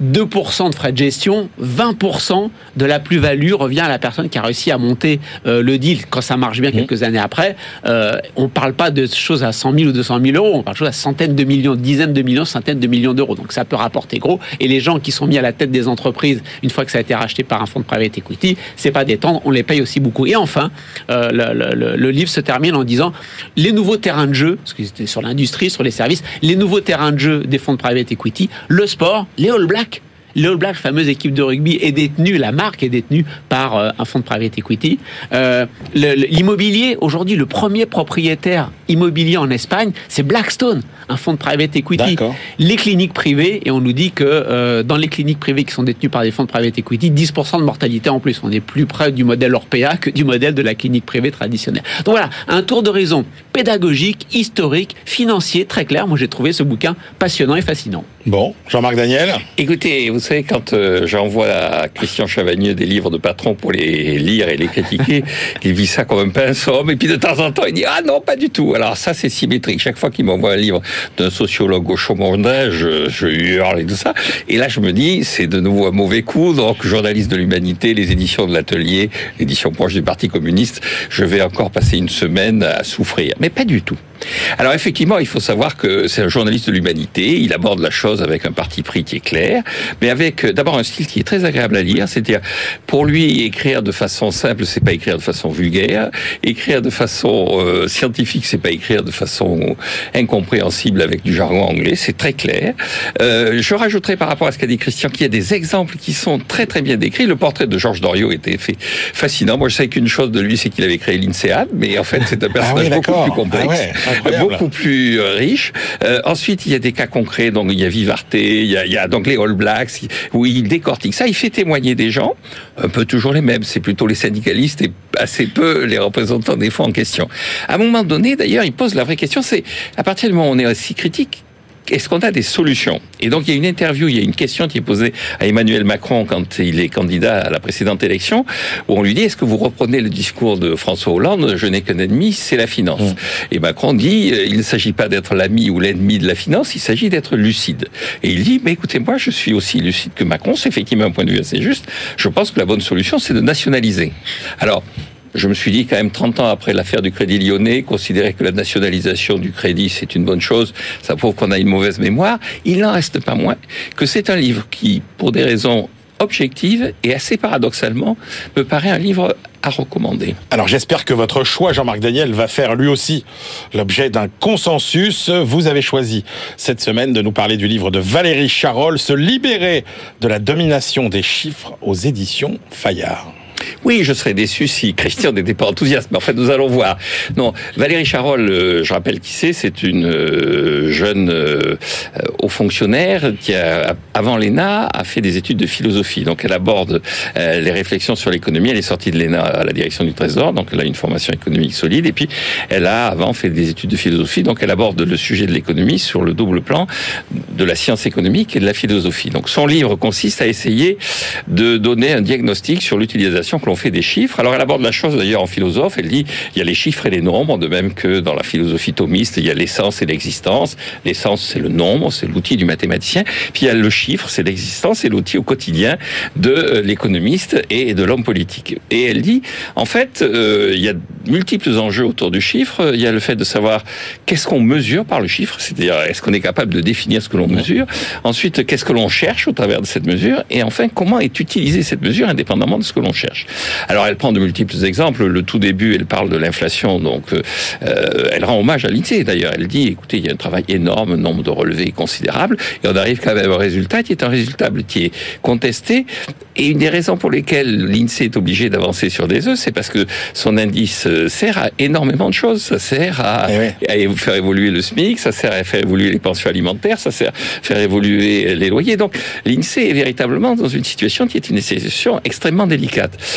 deux pour cent de frais de gestion, vingt pour cent de la plus-value revient à la personne qui a réussi à monter euh, le deal. Quand ça marche bien quelques mmh. années après, euh, on ne parle pas de choses à cent mille ou deux cent mille euros, on parle de choses à centaines de millions, dizaines de millions, centaines de millions d'euros. Donc ça peut rapporter gros. Et les gens qui sont mis à la tête des entreprises, une fois que ça a été racheté par un fonds de private equity, c'est pas des tendres, on les paye aussi beaucoup. Et enfin, euh, le, le, le livre se termine en disant les nouveaux terrains de jeu, parce que c'était sur l'industrie, sur les services, les nouveaux terrains de jeu des fonds de private equity, le sport, les All Blacks. Les All Blacks, fameuse équipe de rugby, est détenue, la marque est détenue par euh, un fonds de private equity. Euh, le, l'immobilier, aujourd'hui, le premier propriétaire immobilier en Espagne, c'est Blackstone, un fonds de private equity. D'accord. Les cliniques privées, et on nous dit que euh, dans les cliniques privées qui sont détenues par des fonds de private equity, dix pour cent de mortalité en plus. On est plus près du modèle Orpea que du modèle de la clinique privée traditionnelle. Donc voilà, un tour d'horizon pédagogique, historique, financier, très clair. Moi, j'ai trouvé ce bouquin passionnant et fascinant. Bon, Jean-Marc Daniel. Écoutez, vous savez, quand euh, j'envoie à Christian Chavagneux des livres de patron pour les lire et les critiquer, il vit ça comme un pince homme, et puis de temps en temps, il dit « Ah non, pas du tout !» Alors ça, c'est symétrique. Chaque fois qu'il m'envoie un livre d'un sociologue gaucho-mondain, je, je hurle et tout ça. Et là, je me dis, c'est de nouveau un mauvais coup. Donc, journaliste de l'Humanité, les éditions de l'Atelier, l'édition proche du Parti communiste, je vais encore passer une semaine à souffrir. Mais pas du tout. Alors effectivement, il faut savoir que c'est un journaliste de l'Humanité, il aborde la chose avec un parti pris qui est clair, mais avec d'abord un style qui est très agréable à lire, c'est-à-dire pour lui écrire de façon simple, c'est pas écrire de façon vulgaire, écrire de façon euh, scientifique, c'est pas écrire de façon incompréhensible avec du jargon anglais, c'est très clair. Euh, je rajouterai par rapport à ce qu'a dit Christian qu'il y a des exemples qui sont très très bien décrits. Le portrait de Georges Doriot était fait fascinant. Moi je sais qu'une chose de lui, c'est qu'il avait créé l'INSEAD, mais en fait c'est un personnage ah oui, beaucoup plus complexe. Ah ouais. Incroyable. Beaucoup plus riche. Euh, ensuite, il y a des cas concrets. Donc, il y a Vivarte, il y a, il y a donc les All Blacks, où il décortique ça. Il fait témoigner des gens, un peu toujours les mêmes. C'est plutôt les syndicalistes et assez peu les représentants des fonds en question. À un moment donné, d'ailleurs, il pose la vraie question, c'est à partir du moment où on est aussi critique, est-ce qu'on a des solutions ? Et donc, il y a une interview, il y a une question qui est posée à Emmanuel Macron quand il est candidat à la précédente élection, où on lui dit, est-ce que vous reprenez le discours de François Hollande, je n'ai qu'un ennemi, c'est la finance. Mmh. Et Macron dit, il ne s'agit pas d'être l'ami ou l'ennemi de la finance, il s'agit d'être lucide. Et il dit, mais écoutez, moi, je suis aussi lucide que Macron, c'est effectivement un point de vue assez juste. Je pense que la bonne solution, c'est de nationaliser. Alors, je me suis dit quand même trente ans après l'affaire du Crédit Lyonnais, considérer que la nationalisation du crédit c'est une bonne chose, ça prouve qu'on a une mauvaise mémoire. Il n'en reste pas moins que c'est un livre qui, pour des raisons objectives et assez paradoxalement, me paraît un livre à recommander. Alors j'espère que votre choix, Jean-Marc Daniel, va faire lui aussi l'objet d'un consensus. Vous avez choisi cette semaine de nous parler du livre de Valérie Charol, Se libérer de la domination des chiffres aux éditions Fayard. Oui, je serais déçu si Christian n'était pas enthousiaste. Mais en fait, nous allons voir. Non, Valérie Charol, euh, je rappelle qui c'est. C'est une euh, jeune euh, haut fonctionnaire qui, a, avant l'E N A, a fait des études de philosophie. Donc, elle aborde euh, les réflexions sur l'économie. Elle est sortie de l'E N A à la direction du Trésor. Donc, elle a une formation économique solide. Et puis, elle a avant fait des études de philosophie. Donc, elle aborde le sujet de l'économie sur le double plan de la science économique et de la philosophie. Donc, son livre consiste à essayer de donner un diagnostic sur l'utilisation que l'on fait des chiffres. Alors elle aborde la chose d'ailleurs en philosophe, elle dit il y a les chiffres et les nombres, de même que dans la philosophie thomiste, il y a l'essence et l'existence. L'essence c'est le nombre, c'est l'outil du mathématicien, puis il y a le chiffre, c'est l'existence et l'outil au quotidien de l'économiste et de l'homme politique. Et elle dit en fait euh, il y a multiples enjeux autour du chiffre, il y a le fait de savoir qu'est-ce qu'on mesure par le chiffre, c'est-à-dire est-ce qu'on est capable de définir ce que l'on mesure, ensuite qu'est-ce que l'on cherche au travers de cette mesure, et enfin comment est utilisée cette mesure indépendamment de ce que l'on cherche. Alors elle prend de multiples exemples. Le tout début, elle parle de l'inflation, donc euh, elle rend hommage à l'INSEE d'ailleurs. Elle dit, écoutez, il y a un travail énorme, un nombre de relevés considérable, et on arrive quand même à un résultat qui est un résultat qui est contesté. Et une des raisons pour lesquelles l'INSEE est obligé d'avancer sur des œufs, c'est parce que son indice sert à énormément de choses. Ça sert à, eh oui. à faire évoluer le SMIC, ça sert à faire évoluer les pensions alimentaires, ça sert à faire évoluer les loyers. Donc l'INSEE est véritablement dans une situation qui est une situation extrêmement délicate.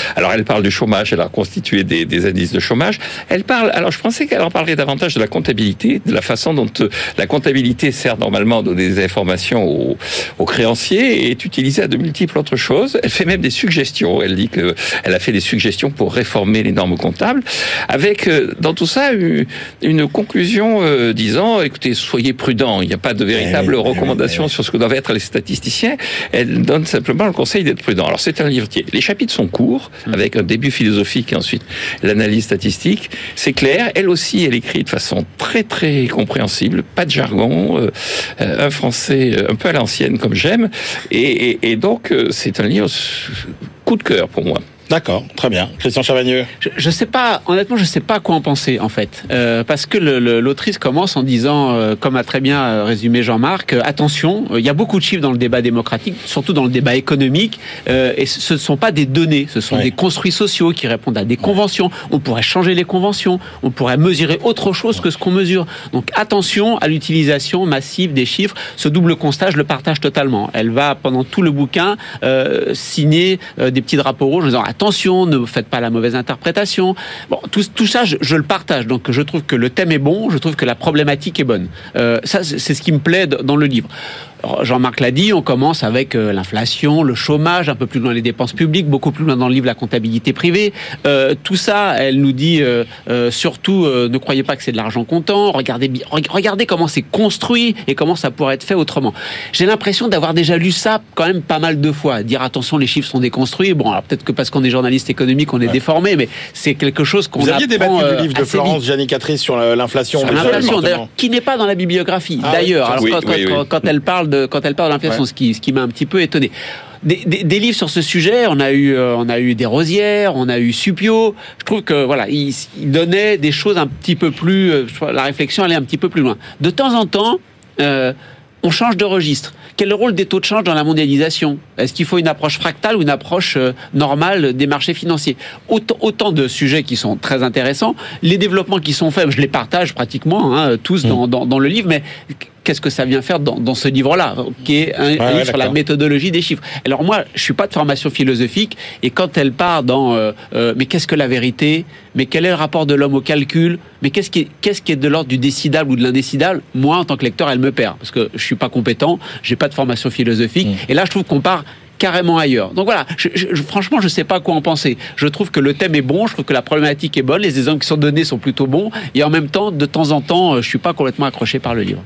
Alors elle parle du chômage, elle a constitué des, des indices de chômage. Elle parle, alors je pensais qu'elle en parlerait davantage de la comptabilité, de la façon dont la comptabilité sert normalement à donner des informations aux, aux créanciers et est utilisée à de multiples autres choses. Elle fait même des suggestions. Elle dit que elle a fait des suggestions pour réformer les normes comptables, avec dans tout ça une, une conclusion euh, disant écoutez, soyez prudents. Il n'y a pas de véritable eh oui, recommandation eh oui, eh oui. sur ce que doivent être les statisticiens. Elle donne simplement le conseil d'être prudent. Alors c'est un livre-tier. Les chapitres sont courts, mmh. avec un début philosophique et ensuite l'analyse statistique. C'est clair. Elle aussi, elle écrit de façon très très compréhensible, pas de jargon, euh, un français un peu à l'ancienne comme j'aime. Et, et, et donc c'est un livre coup de cœur pour moi. D'accord, très bien. Christian Chavagneux. Je, je sais pas, honnêtement, je sais pas quoi en penser en fait, euh, parce que le, le, l'autrice commence en disant, euh, comme a très bien résumé Jean-Marc, euh, attention, il euh, y a beaucoup de chiffres dans le débat démocratique, surtout dans le débat économique, euh, et ce ne sont pas des données, ce sont oui. des construits sociaux qui répondent à des conventions. On pourrait changer les conventions, on pourrait mesurer autre chose que ce qu'on mesure. Donc attention à l'utilisation massive des chiffres. Ce double constat, je le partage totalement. Elle va pendant tout le bouquin euh, signer euh, des petits drapeaux rouges en disant attention, ne faites pas la mauvaise interprétation. Bon, tout, tout ça, je, je le partage. Donc, je trouve que le thème est bon, je trouve que la problématique est bonne. Euh, ça, c'est ce qui me plaît dans le livre. Jean-Marc l'a dit, on commence avec euh, l'inflation, le chômage, un peu plus loin les dépenses publiques, beaucoup plus loin dans le livre la comptabilité privée. Euh, tout ça, elle nous dit euh, euh, surtout, euh, ne croyez pas que c'est de l'argent comptant, regardez, regardez comment c'est construit et comment ça pourrait être fait autrement. J'ai l'impression d'avoir déjà lu ça quand même pas mal de fois, dire attention, les chiffres sont déconstruits. Bon, alors peut-être que parce qu'on est journaliste économique, on est ouais. déformé, mais c'est quelque chose qu'on Vous aviez débattu euh, du livre de Florence Giannicatrice sur l'inflation. Sur l'inflation, d'ailleurs, qui n'est pas dans la bibliographie. Ah, d'ailleurs, alors oui, quand, oui, quand, oui. quand elle parle de quand elle parle de l'inflation, ouais. ce qui ce qui m'a un petit peu étonné. Des, des, des livres sur ce sujet, on a eu euh, on a eu des Rosières, on a eu Suppiot. Je trouve que voilà, il, il donnait des choses un petit peu plus. Euh, la réflexion allait un petit peu plus loin. De temps en temps, euh, on change de registre. Quel est le rôle des taux de change dans la mondialisation ? Est-ce qu'il faut une approche fractale ou une approche euh, normale des marchés financiers ? Autant, autant de sujets qui sont très intéressants. Les développements qui sont faits, je les partage pratiquement hein, tous mmh. dans, dans, dans le livre, mais qu'est-ce que ça vient faire dans, dans ce livre-là, qui est un, ouais, un livre ouais, sur la méthodologie des chiffres. Alors moi, je suis pas de formation philosophique, et quand elle part dans euh, euh, mais qu'est-ce que la vérité, mais quel est le rapport de l'homme au calcul, mais qu'est-ce qui est, qu'est-ce qui est de l'ordre du décidable ou de l'indécidable, moi en tant que lecteur, elle me perd parce que je suis pas compétent, j'ai pas de formation philosophique, mmh. et là je trouve qu'on part carrément ailleurs. Donc voilà, je, je, franchement, je sais pas quoi en penser. Je trouve que le thème est bon, je trouve que la problématique est bonne, les exemples qui sont donnés sont plutôt bons, et en même temps, de temps en temps, je suis pas complètement accroché par le livre.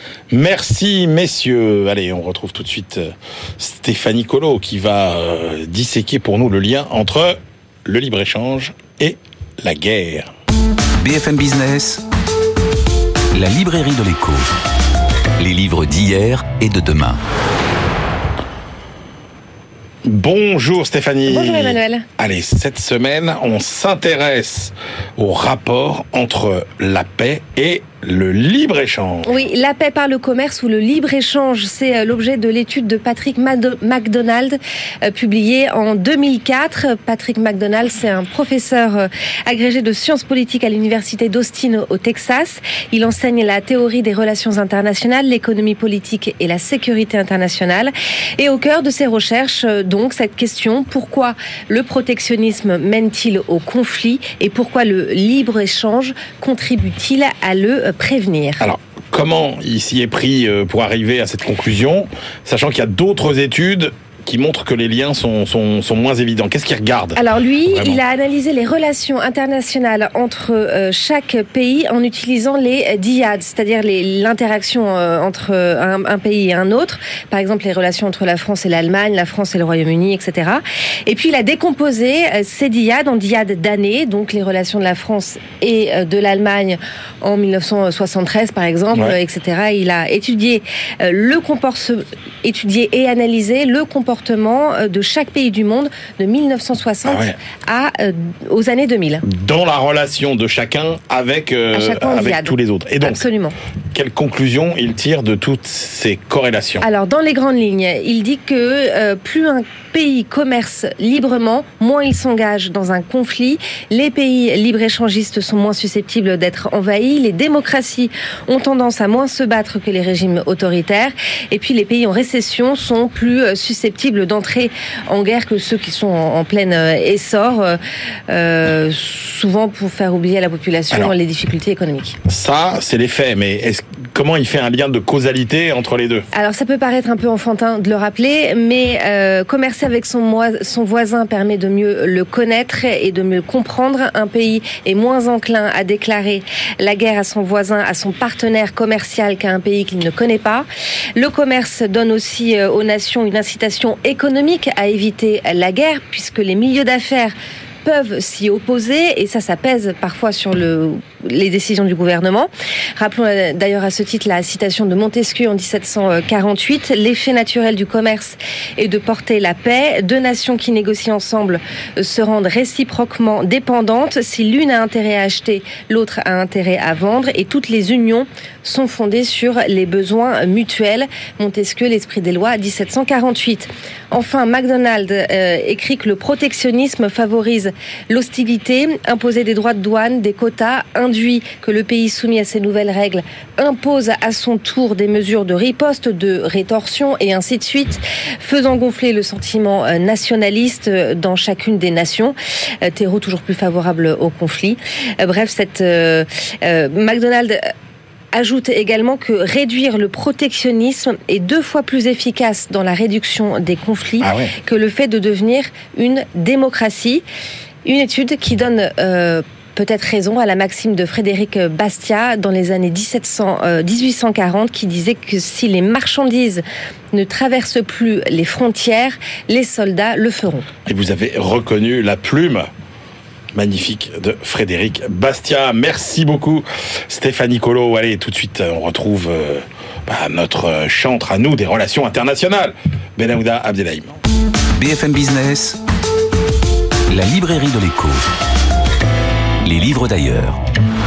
Merci messieurs. Allez, on retrouve tout de suite Stéphanie Colo qui va euh, disséquer pour nous le lien entre le libre-échange et la guerre. B F M Business, la librairie de l'écho. Les livres d'hier et de demain. Bonjour Stéphanie. Bonjour Emmanuel. Allez, cette semaine, on s'intéresse au rapport entre la paix et le libre-échange. Oui, la paix par le commerce ou le libre-échange, c'est l'objet de l'étude de Patrick McDonald, euh, publiée en deux mille quatre. Patrick McDonald, c'est un professeur euh, agrégé de sciences politiques à l'université d'Austin au Texas. Il enseigne la théorie des relations internationales, l'économie politique et la sécurité internationale. Et au cœur de ses recherches, euh, donc, cette question, pourquoi le protectionnisme mène-t-il au conflit et pourquoi le libre-échange contribue-t-il à le prévenir? Alors, comment il s'y est pris pour arriver à cette conclusion, sachant qu'il y a d'autres études qui montrent que les liens sont, sont, sont moins évidents. Qu'est-ce qu'il regarde ? Alors lui, vraiment il a analysé les relations internationales entre euh, chaque pays en utilisant les dyades, c'est-à-dire les, l'interaction euh, entre un, un pays et un autre. Par exemple, les relations entre la France et l'Allemagne, la France et le Royaume-Uni, et cetera. Et puis il a décomposé euh, ces dyades en dyades d'années, donc les relations de la France et euh, de l'Allemagne en dix-neuf cent soixante-treize, par exemple, ouais. euh, et cetera. Il a étudié euh, le comportement, étudié et analysé le comportement de chaque pays du monde de dix-neuf cent soixante ah ouais. à, euh, aux années deux mille. Dans la relation de chacun avec, euh, avec tous les autres. Et donc, absolument. Quelle conclusion il tire de toutes ces corrélations ? Alors, dans les grandes lignes, il dit que euh, plus un pays commercent librement, moins ils s'engagent dans un conflit. Les pays libre-échangistes sont moins susceptibles d'être envahis. Les démocraties ont tendance à moins se battre que les régimes autoritaires. Et puis les pays en récession sont plus susceptibles d'entrer en guerre que ceux qui sont en, en plein essor, euh, souvent pour faire oublier à la population Alors, les difficultés économiques. Ça, c'est les faits, mais est-ce, comment il fait un lien de causalité entre les deux ? Alors ça peut paraître un peu enfantin de le rappeler, mais euh, commercer avec son, moi, son voisin permet de mieux le connaître et de mieux le comprendre. Un pays est moins enclin à déclarer la guerre à son voisin, à son partenaire commercial qu'à un pays qu'il ne connaît pas. Le commerce donne aussi aux nations une incitation économique à éviter la guerre, puisque les milieux d'affaires peuvent s'y opposer, et ça, ça pèse parfois sur le, les décisions du gouvernement. Rappelons d'ailleurs à ce titre la citation de Montesquieu en dix-sept cent quarante-huit. L'effet naturel du commerce est de porter la paix. Deux nations qui négocient ensemble se rendent réciproquement dépendantes. Si l'une a intérêt à acheter, l'autre a intérêt à vendre, et toutes les unions sont fondées sur les besoins mutuels. Montesquieu, l'esprit des lois, dix-sept cent quarante-huit. Enfin, McDonald's euh, écrit que le protectionnisme favorise l'hostilité. Imposer des droits de douane, des quotas, induit que le pays soumis à ces nouvelles règles impose à son tour des mesures de riposte, de rétorsion, et ainsi de suite, faisant gonfler le sentiment nationaliste dans chacune des nations, euh, terreau toujours plus favorable au conflit. Euh, bref, cette euh, euh, McDonald's ajoute également que réduire le protectionnisme est deux fois plus efficace dans la réduction des conflits ah ouais. que le fait de devenir une démocratie. Une étude qui donne euh, peut-être raison à la maxime de Frédéric Bastiat dans les années dix-sept cents, euh, dix-huit cent quarante, qui disait que si les marchandises ne traversent plus les frontières, les soldats le feront. Et vous avez reconnu la plume magnifique de Frédéric Bastiat. Merci beaucoup Stéphanie Colo. Allez, tout de suite, on retrouve euh, bah, notre chantre à nous des relations internationales, Benahouda Abdelhaim. B F M Business, la librairie de l'écho. Les livres d'ailleurs.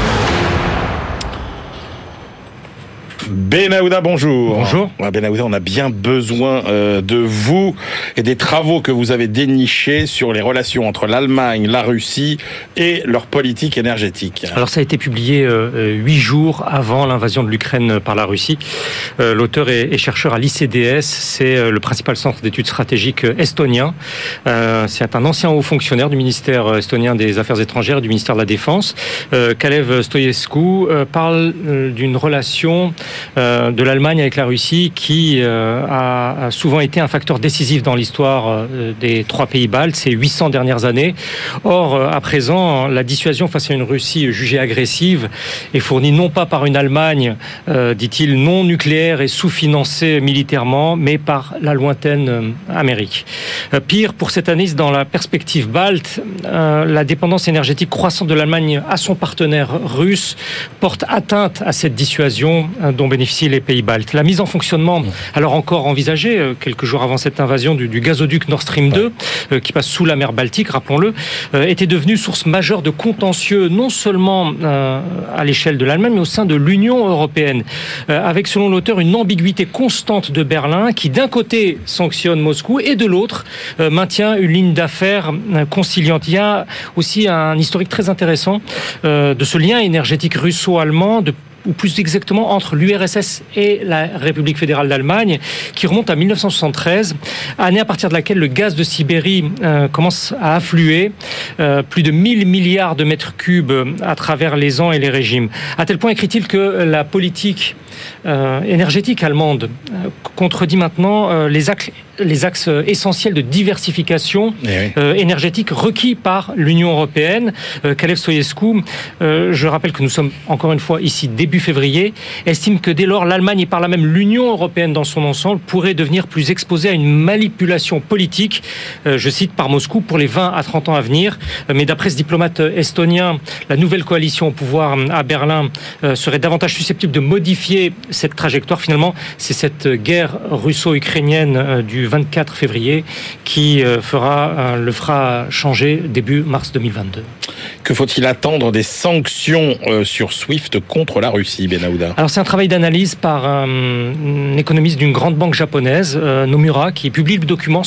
Benahouda, bonjour. Bonjour. Benahouda, on a bien besoin euh, de vous et des travaux que vous avez dénichés sur les relations entre l'Allemagne, la Russie et leur politique énergétique. Alors ça a été publié euh, huit jours avant l'invasion de l'Ukraine par la Russie. Euh, l'auteur est, est chercheur à l'I C D S, c'est euh, le principal centre d'études stratégiques estonien. Euh, c'est un ancien haut fonctionnaire du ministère estonien des Affaires étrangères et du ministère de la Défense. Euh, Kalev Stoiescu euh, parle euh, d'une relation Euh, de l'Allemagne avec la Russie qui euh, a, a souvent été un facteur décisif dans l'histoire euh, des trois pays baltes ces huit cents dernières années. Or, euh, à présent, la dissuasion face à une Russie jugée agressive est fournie non pas par une Allemagne, euh, dit-il, non nucléaire et sous-financée militairement, mais par la lointaine euh, Amérique. Euh, pire, pour cette analyse, dans la perspective balte, euh, la dépendance énergétique croissante de l'Allemagne à son partenaire russe porte atteinte à cette dissuasion euh, dont bénéficient les pays baltes. La mise en fonctionnement, alors encore envisagée, quelques jours avant cette invasion du, du gazoduc Nord Stream deux, euh, qui passe sous la mer Baltique, rappelons-le, euh, était devenue source majeure de contentieux, non seulement euh, à l'échelle de l'Allemagne, mais au sein de l'Union européenne, euh, avec, selon l'auteur, une ambiguïté constante de Berlin, qui d'un côté sanctionne Moscou, et de l'autre euh, maintient une ligne d'affaires euh, conciliante. Il y a aussi un historique très intéressant euh, de ce lien énergétique russo-allemand, de ou plus exactement entre l'U R S S et la République fédérale d'Allemagne, qui remonte à dix-neuf cent soixante-treize, année à partir de laquelle le gaz de Sibérie euh, commence à affluer, euh, plus de mille milliards de mètres cubes à travers les ans et les régimes. À tel point, écrit-il, que la politique euh, énergétique allemande euh, contredit maintenant euh, les axes les axes essentiels de diversification oui. euh, énergétique requis par l'Union européenne. Euh, Kalev Stoiescu, euh, je rappelle que nous sommes encore une fois ici début février, estime que dès lors l'Allemagne et par là même l'Union européenne dans son ensemble pourrait devenir plus exposée à une manipulation politique, euh, je cite, par Moscou pour les vingt à trente ans à venir. Euh, mais d'après ce diplomate estonien, la nouvelle coalition au pouvoir à Berlin euh, serait davantage susceptible de modifier cette trajectoire. Finalement, c'est cette guerre russo-ukrainienne euh, du vingt-quatre février qui euh, fera, euh, le fera changer début mars deux mille vingt-deux. Que faut-il attendre des sanctions euh, sur SWIFT contre la Russie, Benahouda ? Alors c'est un travail d'analyse par un, un économiste d'une grande banque japonaise, euh, Nomura, qui publie le document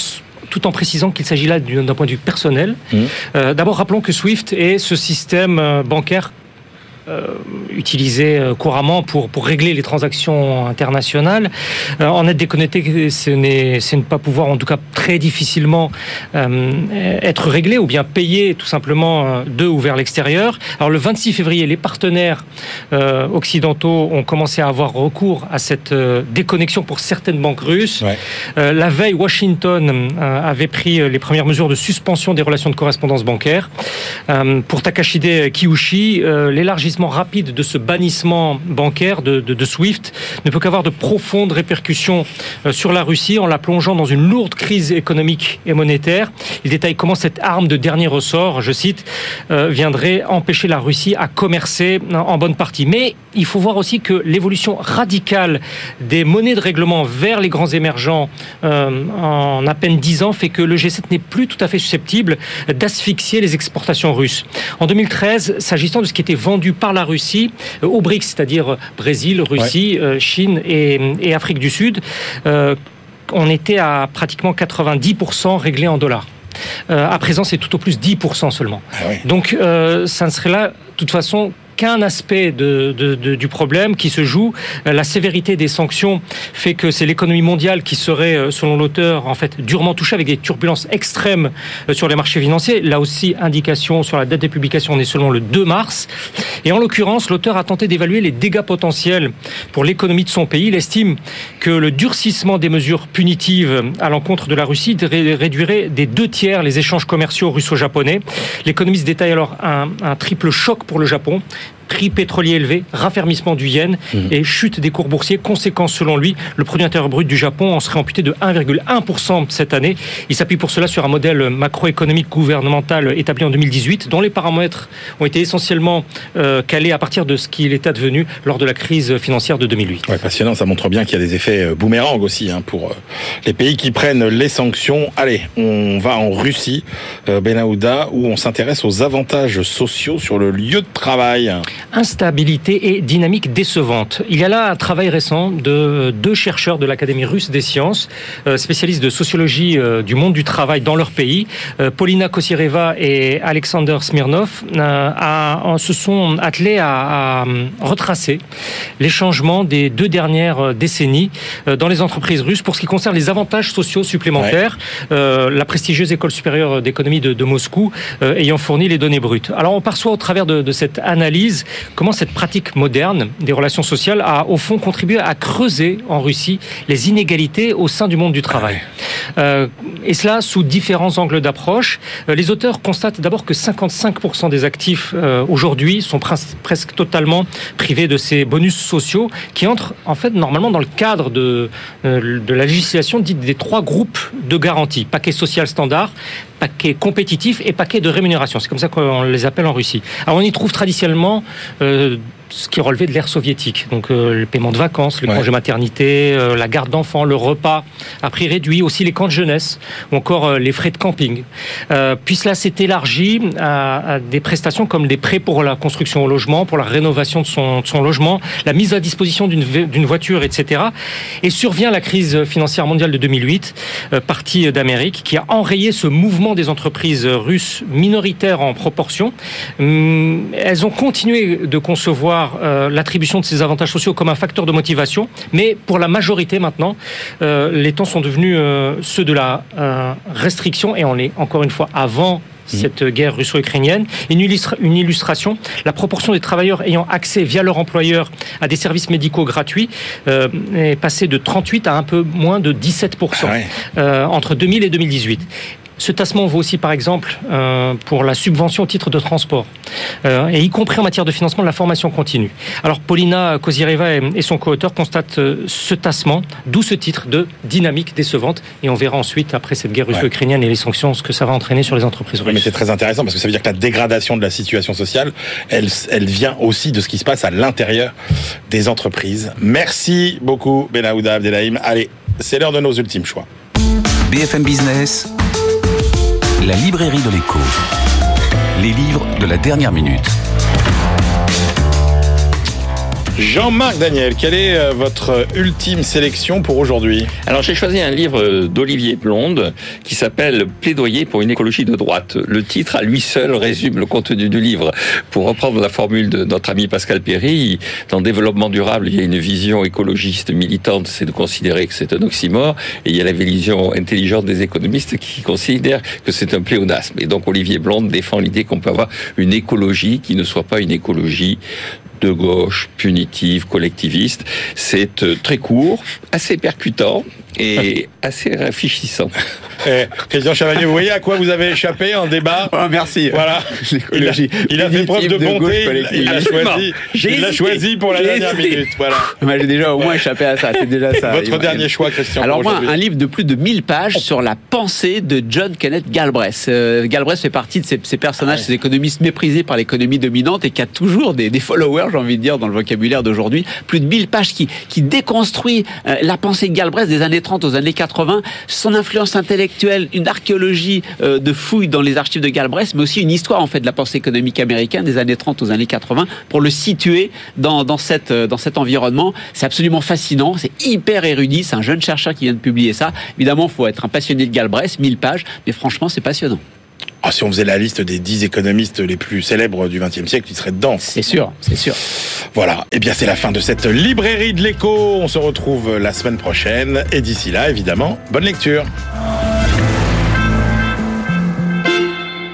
tout en précisant qu'il s'agit là d'un point de vue personnel. Mmh. Euh, d'abord, rappelons que SWIFT est ce système bancaire Euh, utilisé couramment pour, pour régler les transactions internationales. Euh, en être déconnecté, ce n'est, c'est ne pas pouvoir, en tout cas très difficilement, euh, être réglé ou bien payer tout simplement de ou vers l'extérieur. Alors le vingt-six février, les partenaires euh, occidentaux ont commencé à avoir recours à cette euh, déconnexion pour certaines banques russes. Ouais. Euh, la veille, Washington euh, avait pris les premières mesures de suspension des relations de correspondance bancaire. Euh, pour Takashide Kiyuchi, euh, l'élargissement rapide de ce bannissement bancaire de, de, de SWIFT ne peut qu'avoir de profondes répercussions euh, sur la Russie en la plongeant dans une lourde crise économique et monétaire. Il détaille comment cette arme de dernier ressort, je cite, euh, viendrait empêcher la Russie à commercer en bonne partie. Mais il faut voir aussi que l'évolution radicale des monnaies de règlement vers les grands émergents euh, en à peine dix ans fait que le G sept n'est plus tout à fait susceptible d'asphyxier les exportations russes. En deux mille treize, s'agissant de ce qui était vendu par la Russie euh, au B R I C S, c'est-à-dire Brésil, Russie, ouais. euh, Chine et, et Afrique du Sud, euh, on était à pratiquement quatre-vingt-dix pour cent réglé en dollars. Euh, à présent, c'est tout au plus dix pour cent seulement. Ah oui. Donc, euh, ça ne serait là, de toute façon, qu'un aspect de, de, de, du problème qui se joue. La sévérité des sanctions fait que c'est l'économie mondiale qui serait, selon l'auteur, en fait, durement touchée avec des turbulences extrêmes sur les marchés financiers. Là aussi, indication sur la date des publications, on est selon le deux mars. Et en l'occurrence, l'auteur a tenté d'évaluer les dégâts potentiels pour l'économie de son pays. Il estime que le durcissement des mesures punitives à l'encontre de la Russie réduirait des deux tiers les échanges commerciaux russo-japonais. L'économiste détaille alors un, un triple choc pour le Japon. Prix pétrolier élevé, raffermissement du yen mmh. et chute des cours boursiers. Conséquence, selon lui, le produit intérieur brut du Japon en serait amputé de un virgule un pour cent cette année. Il s'appuie pour cela sur un modèle macroéconomique gouvernemental établi en deux mille dix-huit, dont les paramètres ont été essentiellement euh, calés à partir de ce qu'il est advenu lors de la crise financière de deux mille huit. Ouais, passionnant, ça montre bien qu'il y a des effets boomerang aussi hein, pour euh, les pays qui prennent les sanctions. Allez, on va en Russie, euh, Benahouda, où on s'intéresse aux avantages sociaux sur le lieu de travail. Instabilité et dynamique décevante. Il y a là un travail récent de deux chercheurs de l'Académie russe des sciences, spécialistes de sociologie du monde du travail dans leur pays. Polina Kosyreva et Alexander Smirnov a, se sont attelés à, à retracer les changements des deux dernières décennies dans les entreprises russes pour ce qui concerne les avantages sociaux supplémentaires. Ouais. Euh, la prestigieuse École supérieure d'économie de, de Moscou euh, ayant fourni les données brutes. Alors on perçoit au travers de, de cette analyse comment cette pratique moderne des relations sociales a au fond contribué à creuser en Russie les inégalités au sein du monde du travail. Euh, et cela sous différents angles d'approche. Euh, les auteurs constatent d'abord que cinquante-cinq pour cent des actifs euh, aujourd'hui sont pres- presque totalement privés de ces bonus sociaux qui entrent en fait normalement dans le cadre de, euh, de la législation dite des trois groupes de garantie. Paquet social standard, paquet compétitif et paquet de rémunération. C'est comme ça qu'on les appelle en Russie. Alors on y trouve traditionnellement euh, ce qui relevait de l'ère soviétique. Donc euh, le paiement de vacances, le ouais. congé maternité, euh, la garde d'enfants, le repas à prix réduit, aussi les camps de jeunesse ou encore euh, les frais de camping. Euh, puis cela s'est élargi à, à des prestations comme des prêts pour la construction au logement, pour la rénovation de son, de son logement, la mise à disposition d'une, d'une voiture, et cetera. Et survient la crise financière mondiale de deux mille huit, euh, partie d'Amérique, qui a enrayé ce mouvement des entreprises russes minoritaires en proportion. Hum, elles ont continué de concevoir Euh, l'attribution de ces avantages sociaux comme un facteur de motivation, mais pour la majorité maintenant, euh, les temps sont devenus euh, ceux de la euh, restriction, et on est encore une fois avant cette guerre russo-ukrainienne. Une, illustra- une illustration, la proportion des travailleurs ayant accès via leur employeur à des services médicaux gratuits euh, est passée de trente-huit à un peu moins de dix-sept pour cent ah ouais. euh, entre deux mille et deux mille dix-huit. Ce tassement vaut aussi, par exemple, euh, pour la subvention au titre de transport, euh, et y compris en matière de financement de la formation continue. Alors, Polina Kosyreva et, et son co-auteur constatent euh, ce tassement, d'où ce titre de dynamique décevante, et on verra ensuite, après cette guerre russo-ukrainienne et les sanctions, ce que ça va entraîner sur les entreprises russes. Oui, mais c'est très intéressant, parce que ça veut dire que la dégradation de la situation sociale, elle, elle vient aussi de ce qui se passe à l'intérieur des entreprises. Merci beaucoup, Benahouda Abdelhaim. Allez, c'est l'heure de nos ultimes choix. B F M Business, la librairie de l'écho. Les livres de la dernière minute. Jean-Marc Daniel, quelle est votre ultime sélection pour aujourd'hui? Alors j'ai choisi un livre d'Olivier Blonde qui s'appelle « Plaidoyer pour une écologie de droite ». Le titre à lui seul résume le contenu du livre. Pour reprendre la formule de notre ami Pascal Perry, dans le développement durable, il y a une vision écologiste militante, c'est de considérer que c'est un oxymore, et il y a la vision intelligente des économistes qui considèrent que c'est un pléonasme. Et donc Olivier Blonde défend l'idée qu'on peut avoir une écologie qui ne soit pas une écologie de gauche, punitive, collectiviste. C'est très court, assez percutant et assez rafraîchissant. Eh, Christian Chavagneux, vous voyez à quoi vous avez échappé en débat? Oh, merci. Voilà. L'écologie. Il a, il a fait preuve de, de bonté. Gauche, il, il a choisi. Il l'a choisi pour la j'ai dernière hésité. minute. Voilà. Moi, j'ai déjà au moins échappé à ça. C'est déjà ça. Votre il dernier il... choix, Christian. Alors moi, un livre de plus de mille pages sur la pensée de John Kenneth Galbraith. Euh, Galbraith fait partie de ces, ces personnages, ces économistes méprisés par l'économie dominante et qui a toujours des, des followers, j'ai envie de dire, dans le vocabulaire d'aujourd'hui. Plus de mille pages qui, qui déconstruit euh, la pensée de Galbraith des années trente aux années quatre-vingts, son influence intellectuelle, une archéologie euh, de fouilles dans les archives de Galbraith, mais aussi une histoire en fait de la pensée économique américaine des années trente aux années quatre-vingts pour le situer dans, dans, cette, dans cet environnement. C'est absolument fascinant, c'est hyper érudit, c'est un jeune chercheur qui vient de publier ça. Évidemment, il faut être un passionné de Galbraith, mille pages, mais franchement, c'est passionnant. Oh, si on faisait la liste des dix économistes les plus célèbres du vingtième siècle, il serait dedans. C'est sûr, c'est sûr. Voilà. Eh bien, c'est la fin de cette librairie de l'écho. On se retrouve la semaine prochaine. Et d'ici là, évidemment, bonne lecture.